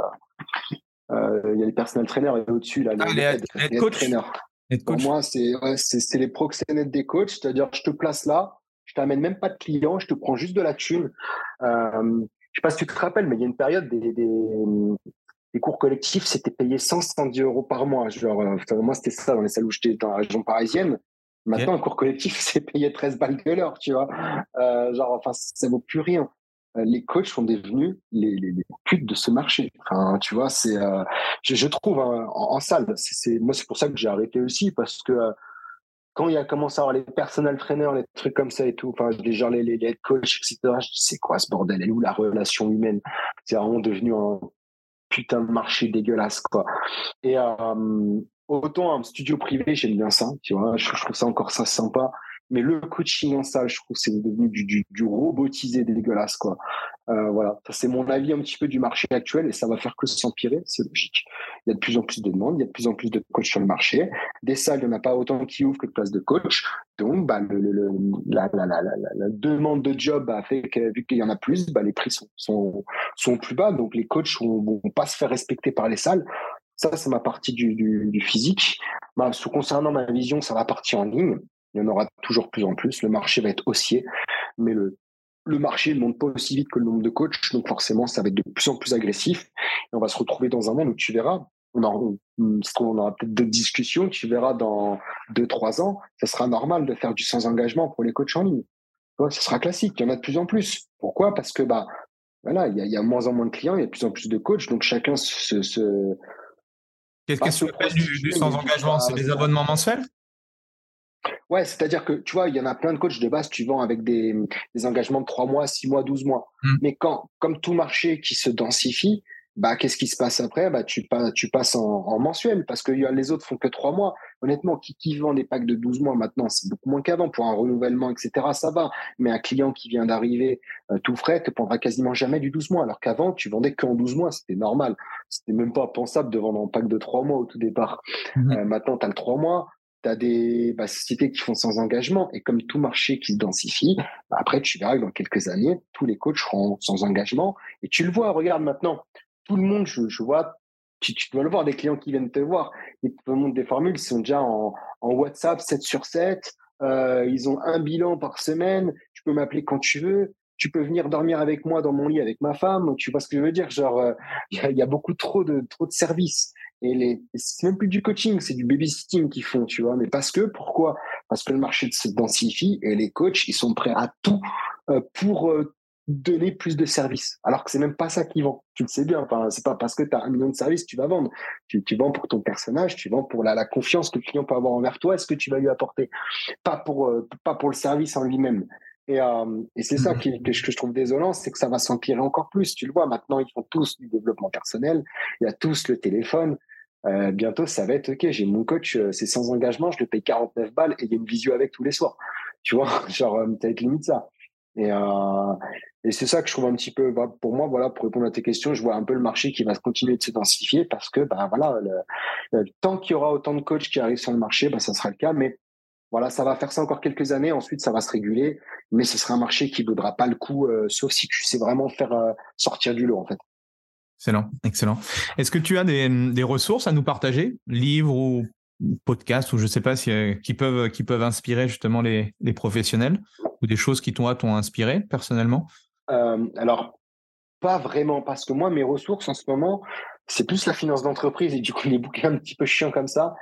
il y a les personal trainers et au-dessus là les head trainers. Pour moi, c'est les proxénètes des coachs, c'est-à-dire je te place là, je t'amène même pas de clients, je te prends juste de la thune. Je sais pas si tu te rappelles, mais il y a une période des cours collectifs, c'était payé 110 euros par mois. Genre, moi, c'était ça dans les salles où j'étais dans la région parisienne. Maintenant, un cours collectif, c'est payé 13 balles de l'heure, tu vois. Ça vaut plus rien. Les coachs sont devenus les putes de ce marché. Enfin, tu vois, je trouve hein, en salle. Moi, c'est pour ça que j'ai arrêté aussi parce que quand il y a commencé à avoir les personal trainers, les trucs comme ça et tout, enfin, genre les head coachs, etc., je dis, c'est quoi ce bordel? Elle est où la relation humaine? C'est vraiment devenu un putain de marché dégueulasse, quoi. Et autant un studio privé, j'aime bien ça, tu vois, je trouve ça encore ça sympa. Mais le coaching en salle, je trouve que c'est devenu du robotisé dégueulasse, quoi. Voilà, ça c'est mon avis un petit peu du marché actuel et ça va faire que s'empirer, c'est logique. Il y a de plus en plus de demandes, il y a de plus en plus de coachs sur le marché. Des salles, il n'y en a pas autant qui ouvrent que de places de coach. Donc, bah, la demande de job a fait que, vu qu'il y en a plus, bah, les prix sont plus bas. Donc, les coachs vont pas se faire respecter par les salles. Ça, c'est ma partie du physique. Concernant ma vision, ça va partir en ligne. Il y en aura toujours plus en plus. Le marché va être haussier, mais le marché ne monte pas aussi vite que le nombre de coachs, donc forcément, ça va être de plus en plus agressif. Et on va se retrouver dans un monde où tu verras, on aura peut-être d'autres discussions, tu verras dans 2-3 ans, ça sera normal de faire du sans engagement pour les coachs en ligne. Ça sera classique, il y en a de plus en plus. Pourquoi? Parce que voilà, il y a moins en moins de clients, il y a de plus en plus de coachs, donc chacun Qu'est-ce que tu appelles du sans engagement? C'est des abonnements mensuels? Ouais, c'est-à-dire que, tu vois, il y en a plein de coachs de base, tu vends avec des engagements de 3 mois, 6 mois, 12 mois. Mais comme tout marché qui se densifie, bah, qu'est-ce qui se passe après? Bah, tu passes en mensuel parce que les autres font que 3 mois. Honnêtement, qui vend des packs de 12 mois maintenant? C'est beaucoup moins qu'avant. Pour un renouvellement, etc., ça va. Mais un client qui vient d'arriver tout frais te prendra quasiment jamais du 12 mois. Alors qu'avant, tu vendais qu'en 12 mois. C'était normal. C'était même pas pensable de vendre un pack de 3 mois au tout départ. Maintenant, tu as le 3 mois. Tu as des sociétés qui font sans engagement. Et comme tout marché qui se densifie, bah, après, tu verras que dans quelques années, tous les coachs seront sans engagement. Et tu le vois, regarde maintenant. Tout le monde, je vois, tu dois le voir, des clients qui viennent te voir, ils te montrent des formules, ils sont déjà en WhatsApp 7/7, ils ont un bilan par semaine, tu peux m'appeler quand tu veux, tu peux venir dormir avec moi dans mon lit avec ma femme, tu vois ce que je veux dire, genre, il y a beaucoup trop de services. Et c'est même plus du coaching, c'est du babysitting qu'ils font, tu vois. Mais pourquoi? Parce que le marché se densifie et les coachs, ils sont prêts à tout pour donner plus de services. Alors que c'est même pas ça qu'ils vendent. Tu le sais bien. Enfin, c'est pas parce que tu as 1 million de services que tu vas vendre. Tu vends pour ton personnage, tu vends pour la confiance que le client peut avoir envers toi et ce que tu vas lui apporter. Pas pour le service en lui-même. Et c'est ça que je trouve désolant, c'est que ça va s'empirer encore plus. Tu le vois, maintenant, ils font tous du développement personnel. Il y a tous le téléphone. Bientôt, ça va être OK, j'ai mon coach, c'est sans engagement, je le paye 49 balles et il y a une visio avec tous les soirs. Tu vois, genre, t'as limite ça. Et c'est ça que je trouve un petit peu, pour moi, voilà, pour répondre à tes questions, je vois un peu le marché qui va continuer de se densifier parce que, voilà, tant qu'il y aura autant de coachs qui arrivent sur le marché, ça sera le cas. Mais voilà, ça va faire ça encore quelques années. Ensuite, ça va se réguler, mais ce sera un marché qui vaudra pas le coup, sauf si tu sais vraiment faire sortir du lot, en fait. Excellent, excellent. Est-ce que tu as des ressources à nous partager, livres ou podcasts, ou je ne sais pas qui peuvent inspirer justement les professionnels, ou des choses qui t'ont inspiré personnellement? Alors, pas vraiment, parce que moi, mes ressources en ce moment, c'est plus la finance d'entreprise et du coup, les bouquins un petit peu chiants comme ça.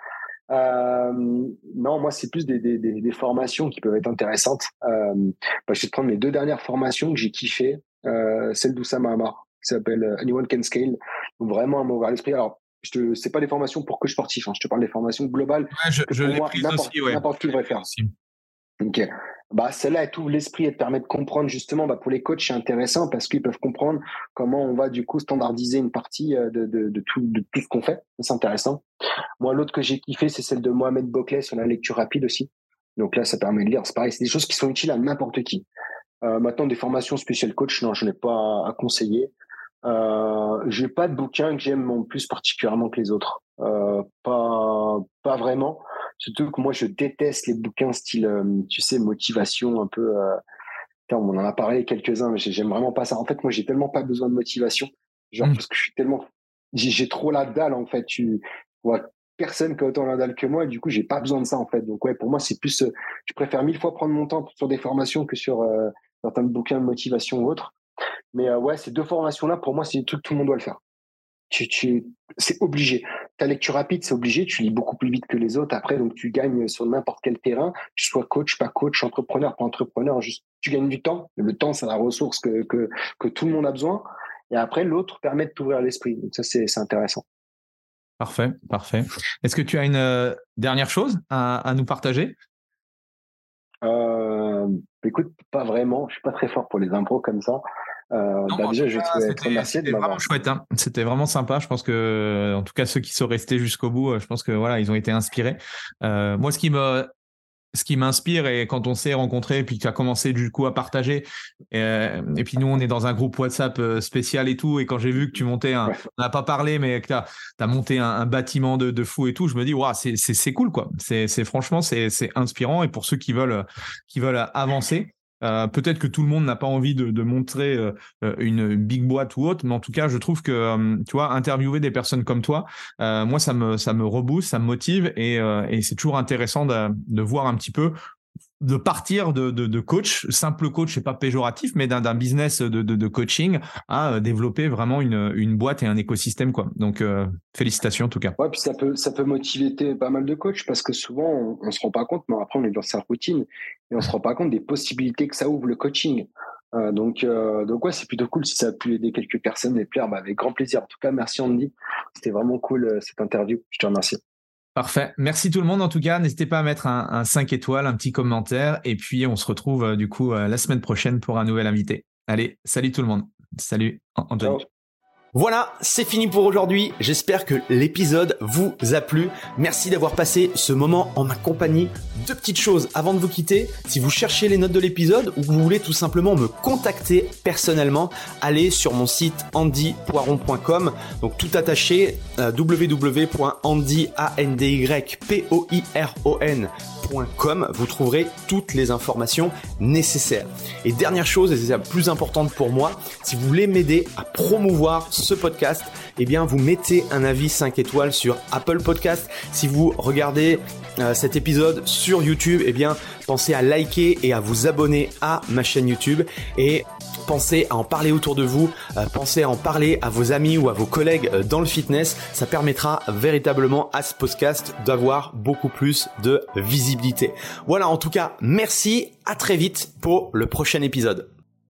Non, moi, c'est plus des formations qui peuvent être intéressantes. Je vais te prendre mes 2 dernières formations que j'ai kiffées. Celle d'Oussama Ammar, qui s'appelle Anyone Can Scale. Donc, vraiment, à m'ouvrir l'esprit. Alors, c'est pas des formations pour coach sportif, hein. Je te parle des formations globales. Ouais, je l'ai prise aussi, ouais. N'importe qui devrait faire. Ok. Celle-là, elle t'ouvre l'esprit et te permet de comprendre justement, pour les coachs, c'est intéressant parce qu'ils peuvent comprendre comment on va du coup standardiser une partie de tout ce qu'on fait. C'est intéressant. Moi, l'autre que j'ai kiffé, c'est celle de Mohamed Bouclès sur la lecture rapide aussi. Donc là, ça permet de lire. C'est pareil, c'est des choses qui sont utiles à n'importe qui. Maintenant, des formations spéciales coach, non, je n'ai pas à conseiller. J'ai pas de bouquin que j'aime en plus particulièrement que les autres. Pas vraiment. Surtout que moi, je déteste les bouquins style, tu sais, motivation un peu. On en a parlé quelques-uns, mais j'aime vraiment pas ça. En fait, moi, j'ai tellement pas besoin de motivation, genre parce que j'ai trop la dalle en fait. Tu vois, personne qui a autant la dalle que moi, et du coup, j'ai pas besoin de ça en fait. Donc ouais, pour moi, c'est plus, je préfère 1000 fois prendre mon temps sur des formations que sur certains bouquins de motivation ou autres. Mais ouais, ces 2 formations-là, pour moi, c'est des trucs que tout le monde doit le faire. C'est obligé. Ta lecture rapide, c'est obligé. Tu lis beaucoup plus vite que les autres. Après, donc, tu gagnes sur n'importe quel terrain. Tu sois coach, pas coach, entrepreneur, pas entrepreneur. Juste, tu gagnes du temps. Le temps, c'est la ressource que tout le monde a besoin. Et après, l'autre permet de t'ouvrir l'esprit. Donc, ça, c'est intéressant. Parfait, parfait. Est-ce que tu as une dernière chose à nous partager? Écoute, pas vraiment. Je suis pas très fort pour les impros comme ça. Déjà, je vais te remercier de m'avoir. C'était vraiment chouette, hein. C'était vraiment sympa. Je pense que, en tout cas, ceux qui sont restés jusqu'au bout, je pense que voilà, ils ont été inspirés. Moi, ce qui m'inspire, et quand on s'est rencontrés, puis que tu as commencé du coup à partager, et puis nous, on est dans un groupe WhatsApp spécial et tout, et quand j'ai vu que tu montais on n'a pas parlé, mais que tu as monté un bâtiment de fou et tout, je me dis, waouh, c'est cool, quoi. Franchement, c'est inspirant, et pour ceux qui veulent avancer, peut-être que tout le monde n'a pas envie de montrer une big boîte ou autre, mais en tout cas, je trouve que tu vois, interviewer des personnes comme toi, moi, ça me rebooste, ça me motive, et c'est toujours intéressant de voir un petit peu, de partir de coach, simple coach, c'est pas péjoratif, mais d'un business de coaching à développer vraiment une boîte et un écosystème, quoi. Donc, félicitations en tout cas. Ouais, puis ça peut motiver pas mal de coachs parce que souvent, on se rend pas compte, mais après, on est dans sa routine et on se rend pas compte des possibilités que ça ouvre le coaching. Donc ouais, c'est plutôt cool si ça a pu aider quelques personnes et plaire, avec grand plaisir. En tout cas, merci Andy. C'était vraiment cool cette interview. Je te remercie. Parfait. Merci tout le monde en tout cas. N'hésitez pas à mettre un 5 étoiles, un petit commentaire, et puis on se retrouve du coup la semaine prochaine pour un nouvel invité. Allez, salut tout le monde. Salut Anthony. Ciao. Voilà, c'est fini pour aujourd'hui. J'espère que l'épisode vous a plu. Merci d'avoir passé ce moment en ma compagnie. 2 petites choses avant de vous quitter. Si vous cherchez les notes de l'épisode ou que vous voulez tout simplement me contacter personnellement, allez sur mon site andypoiron.com. Donc tout attaché, www.andypoiron.com. Vous trouverez toutes les informations nécessaires. Et dernière chose, et c'est la plus importante pour moi, si vous voulez m'aider à promouvoir ce podcast, eh bien vous mettez un avis 5 étoiles sur Apple Podcast. Si vous regardez cet épisode sur YouTube, eh bien pensez à liker et à vous abonner à ma chaîne YouTube et pensez à en parler autour de vous, pensez à en parler à vos amis ou à vos collègues dans le fitness. Ça permettra véritablement à ce podcast d'avoir beaucoup plus de visibilité. Voilà, en tout cas, merci, à très vite pour le prochain épisode.